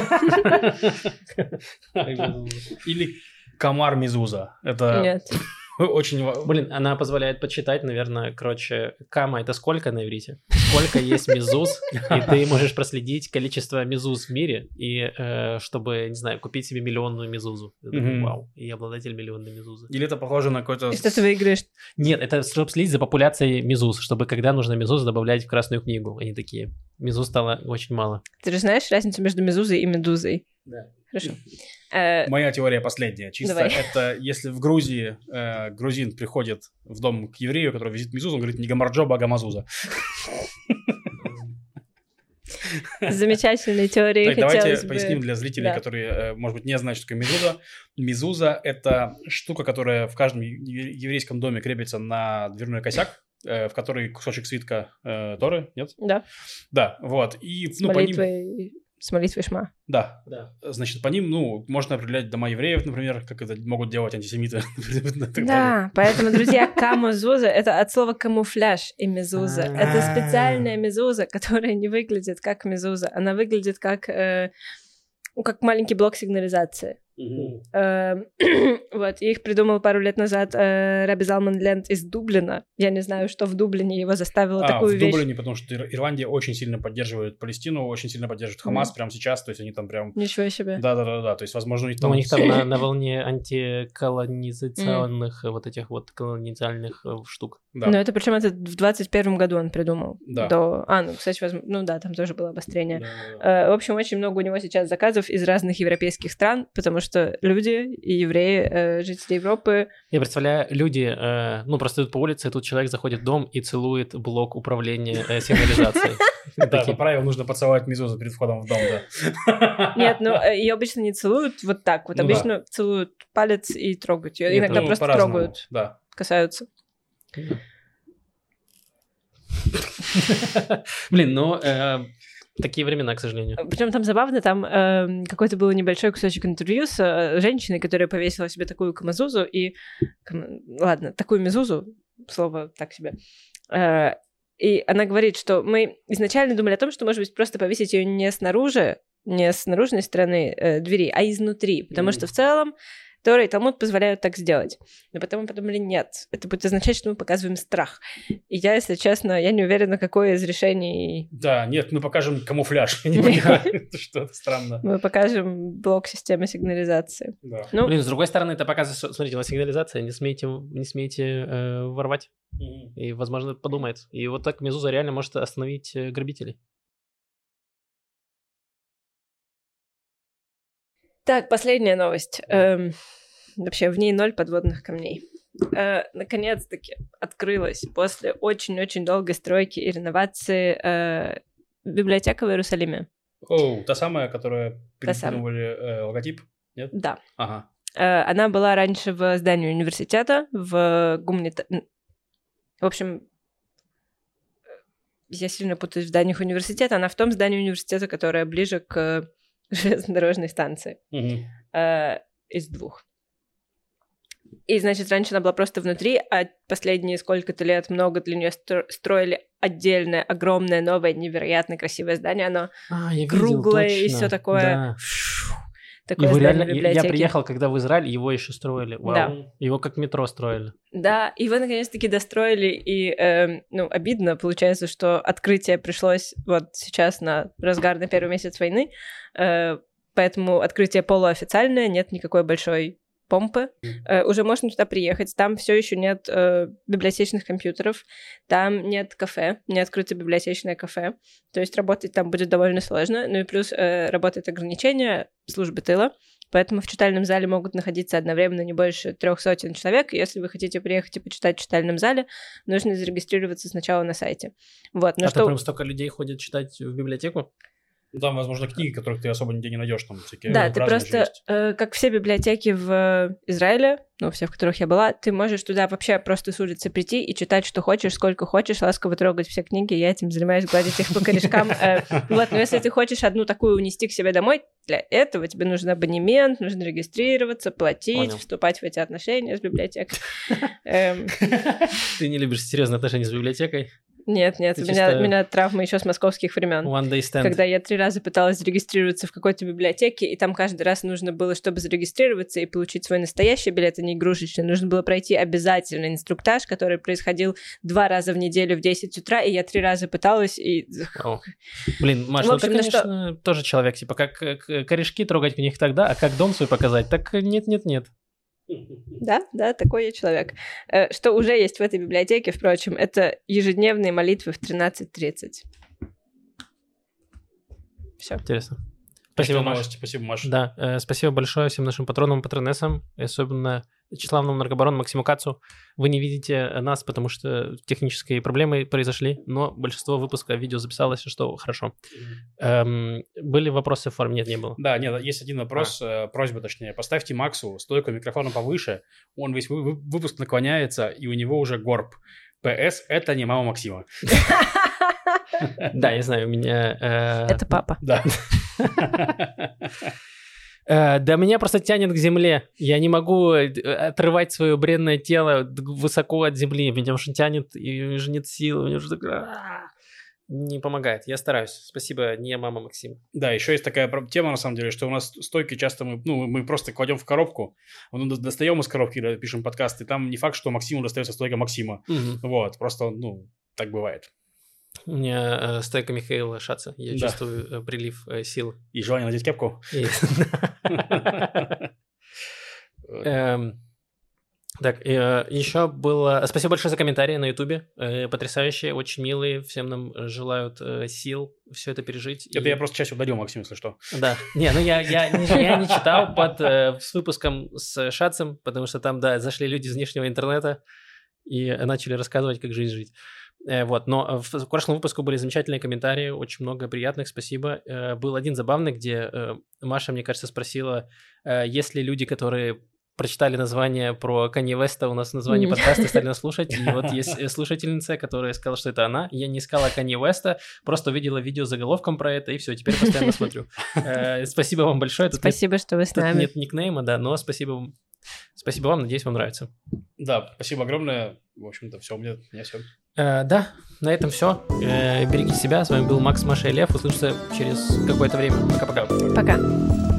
Или комар Мизуза. Это Нет. очень... Блин, она позволяет подсчитать, наверное, короче, кама — это сколько на иврите? Сколько есть мезуз, и ты можешь проследить количество мезуз в мире, и э, чтобы, не знаю, купить себе миллионную мезузу. Я думаю, Мгм. вау, и я обладатель миллионной мезузы. Или это похоже на какой-то... И что ты выиграешь? Нет, это чтобы следить за популяцией мезуз, чтобы когда нужно мезузу добавлять в Красную книгу. Они такие, мезуз стало очень мало. Ты же знаешь разницу между мезузой и медузой? Да. Хорошо. Э, Моя теория последняя. Чисто Давай. это если в Грузии э, грузин приходит в дом к еврею, который визит мезузу, он говорит не Гамарджоба, а Гамазуза. Замечательной теории Так, давайте хотелось бы... поясним для зрителей, Да. которые, э, может быть, не знают, что такое мезуза. Мезуза – это штука, которая в каждом евре- еврейском доме крепится на дверной косяк, э, в который кусочек свитка э, Торы, нет? Да, Да, вот. И, с ну, по ним... молитвой... С молитвой Шма. Да, Да. значит, по ним, ну, можно определять дома евреев, например, как это могут делать антисемиты. и так далее. Да, поэтому, друзья, камузуза — это от слова камуфляж и мезуза. А. Это специальная мезуза, которая не выглядит как мезуза. Она выглядит как, э, ну, как маленький блок сигнализации. Мгм. Э, вот, и их придумал пару лет назад э, Раби Залман Ленд из Дублина. Я не знаю, что в Дублине его заставило А, такую в вещь. Дублине, потому что Ир- Ирландия очень сильно поддерживает Палестину, очень сильно поддерживает Хамас Мгм. прямо сейчас, то есть они там прям... Ничего себе. Да-да-да, то есть, возможно, у них Ну, там... у них там на, на волне антиколонизационных э, вот этих вот колониальных э, штук. Да. Но это причем это в двадцать первом году он придумал. Да. До... А, ну, кстати, возможно... ну да, там тоже было обострение. Да-да-да. Э, В общем, очень много у него сейчас заказов из разных европейских стран, потому что люди и евреи, э, жители Европы... Я представляю, люди, э, ну, просто идут по улице, и тут человек заходит в дом и целует блок управления э, сигнализацией. Да, Такие, по правилу нужно поцеловать мезузу перед входом в дом, да. Нет, ну, э, ее обычно не целуют вот так вот. Ну обычно целуют палец и трогают ее. Нет, Иногда Ну, просто по-разному, трогают, Да. касаются. Блин, ну, э, такие времена, к сожалению. Причем там забавно, там эм, какой-то был небольшой кусочек интервью с э, женщиной, которая повесила себе такую камазузу и... кам- Ладно, такую мезузу, слово так себе. И она говорит, что мы изначально думали о том, что, может быть, просто повесить ее не снаружи, не с наружной стороны э, двери, а изнутри, потому mm-hmm. что в целом Тора и Талмуд позволяют так сделать. Но потом мы подумали, нет, это будет означать, что мы показываем страх. И я, если честно, я не уверена, какое из решений... Да, нет, мы покажем камуфляж. Я не понимаю, что-то странно. Мы покажем блок системы сигнализации. Да. Ну, блин, с другой стороны, это показывает, смотрите, у нас сигнализация, не смейте, не смейте э, ворвать. Mm-hmm. И, возможно, это подумает. И вот так Мезуза реально может остановить э, грабителей. Так, последняя новость. Эм, вообще, в ней ноль подводных камней. Э, наконец-таки открылась после очень-очень долгой стройки и реновации э, библиотека в Иерусалиме. О, та самая, которая передумывали э, логотип? Нет? Да. Ага. Э, она была раньше в здании университета, в гуманита... В общем, я сильно путаюсь в зданиях университета. Она в том здании университета, которое ближе к железнодорожной станции. Mm-hmm. Э, из двух. И, значит, раньше она была просто внутри, а последние сколько-то лет много для нее стро- строили отдельное, огромное, новое, невероятно красивое здание. Оно а, я круглое видел, и все такое. Да. Такое его здание реально, библиотеки. Я приехал, когда в Израиль, его еще строили. Вау. Да. Его как метро строили. Да, его наконец-таки достроили, и, э, ну, обидно получается, что открытие пришлось вот сейчас на разгар, на первый месяц войны, э, поэтому открытие полуофициальное, нет никакой большой помпы. Э, уже можно туда приехать, там все еще нет э, библиотечных компьютеров, там нет кафе, не открыто библиотечное кафе, то есть работать там будет довольно сложно, ну и плюс э, работает ограничение службы тыла, поэтому в читальном зале могут находиться одновременно не больше трех сотен человек. Если вы хотите приехать и почитать в читальном зале, нужно зарегистрироваться сначала на сайте. Вот, ну а что... то прям столько людей ходят читать в библиотеку? Там, возможно, книги, которых ты особо нигде не найдешь, там всякие. Да, ты просто, э, как все библиотеки в Израиле, ну, все, в которых я была, ты можешь туда вообще просто с улицы прийти и читать, что хочешь, сколько хочешь, ласково трогать все книги, я этим занимаюсь, гладить их по корешкам. Вот, но если ты хочешь одну такую унести к себе домой, для этого тебе нужен абонемент, нужно регистрироваться, платить, вступать в эти отношения с библиотекой. Ты не любишь серьезные отношения с библиотекой? Нет, нет, у меня, у меня травма еще с московских времен. One day stand. Когда я три раза пыталась зарегистрироваться в какой-то библиотеке, и там каждый раз нужно было, чтобы зарегистрироваться и получить свой настоящий билет, а не игрушечный, нужно было пройти обязательно инструктаж, который происходил два раза в неделю в десять утра, и я три раза пыталась, и... О. Блин, Маш, в общем, ну ты, конечно, что... тоже человек, типа, как корешки трогать в них тогда, а как дом свой показать, так нет-нет-нет. Да, да, такой я человек. Что уже есть в этой библиотеке, впрочем, это ежедневные молитвы в тринадцать тридцать. Все. Интересно. Спасибо, Маш. Спасибо, Маш. Да, э, спасибо большое всем нашим патронам и патронессам, особенно тщеславному наркобарону Максиму Кацу. Вы не видите нас, потому что технические проблемы произошли, но большинство выпуска видео записалось, что хорошо. Эм, были вопросы в форме? Нет, не было. Да, нет, есть один вопрос, а. э, просьба точнее. Поставьте Максу стойку микрофона повыше, он весь вы- выпуск наклоняется, и у него уже горб. ПС, это не мама Максима. Да, я знаю, у меня... Это папа. Да. Да меня просто тянет к земле. Я не могу отрывать свое бренное тело высоко от земли. Меня уже тянет, и у меня уже нет сил. У меня уже так... Не помогает. Я стараюсь. Спасибо, не мама Максим. Да, еще есть такая тема, на самом деле, что у нас стойки часто мы, ну, мы просто кладем в коробку, ну, достаем из коробки, когда пишем подкаст, и там не факт, что Максиму достается стойка Максима. Угу. Вот, просто, ну, так бывает. У меня э, стойка Михаила Шаца. Я да. чувствую э, прилив э, сил. И желание надеть кепку. Так, еще было... Спасибо большое за комментарии на Ютубе. Потрясающие, очень милые. Всем нам желают сил все это пережить. Это я просто часть удалил, Максим, если что. Да. Не, ну я, я, я не читал под, с выпуском с Шацем, потому что там, да, зашли люди из внешнего интернета и начали рассказывать, как жизнь жить. Вот, но в прошлом выпуске были замечательные комментарии, очень много приятных, спасибо. Был один забавный, где Маша, мне кажется, спросила, есть ли люди, которые прочитали название про Канье Уэста у нас в названии подкаста, стали нас слушать, и вот есть слушательница, которая сказала, что это она. Я не искала Канье Уэста, просто увидела видео с заголовком про это, и все, теперь постоянно смотрю. Спасибо вам большое. Спасибо, что вы с нами. Нет никнейма, да, но спасибо вам. Спасибо вам, надеюсь, вам нравится. Да, спасибо огромное. В общем-то, все, у меня, у меня все. Э, да, на этом все. Э, берегите себя. С вами был Макс, Маша и Лев. Услышимся через какое-то время. Пока-пока. Пока.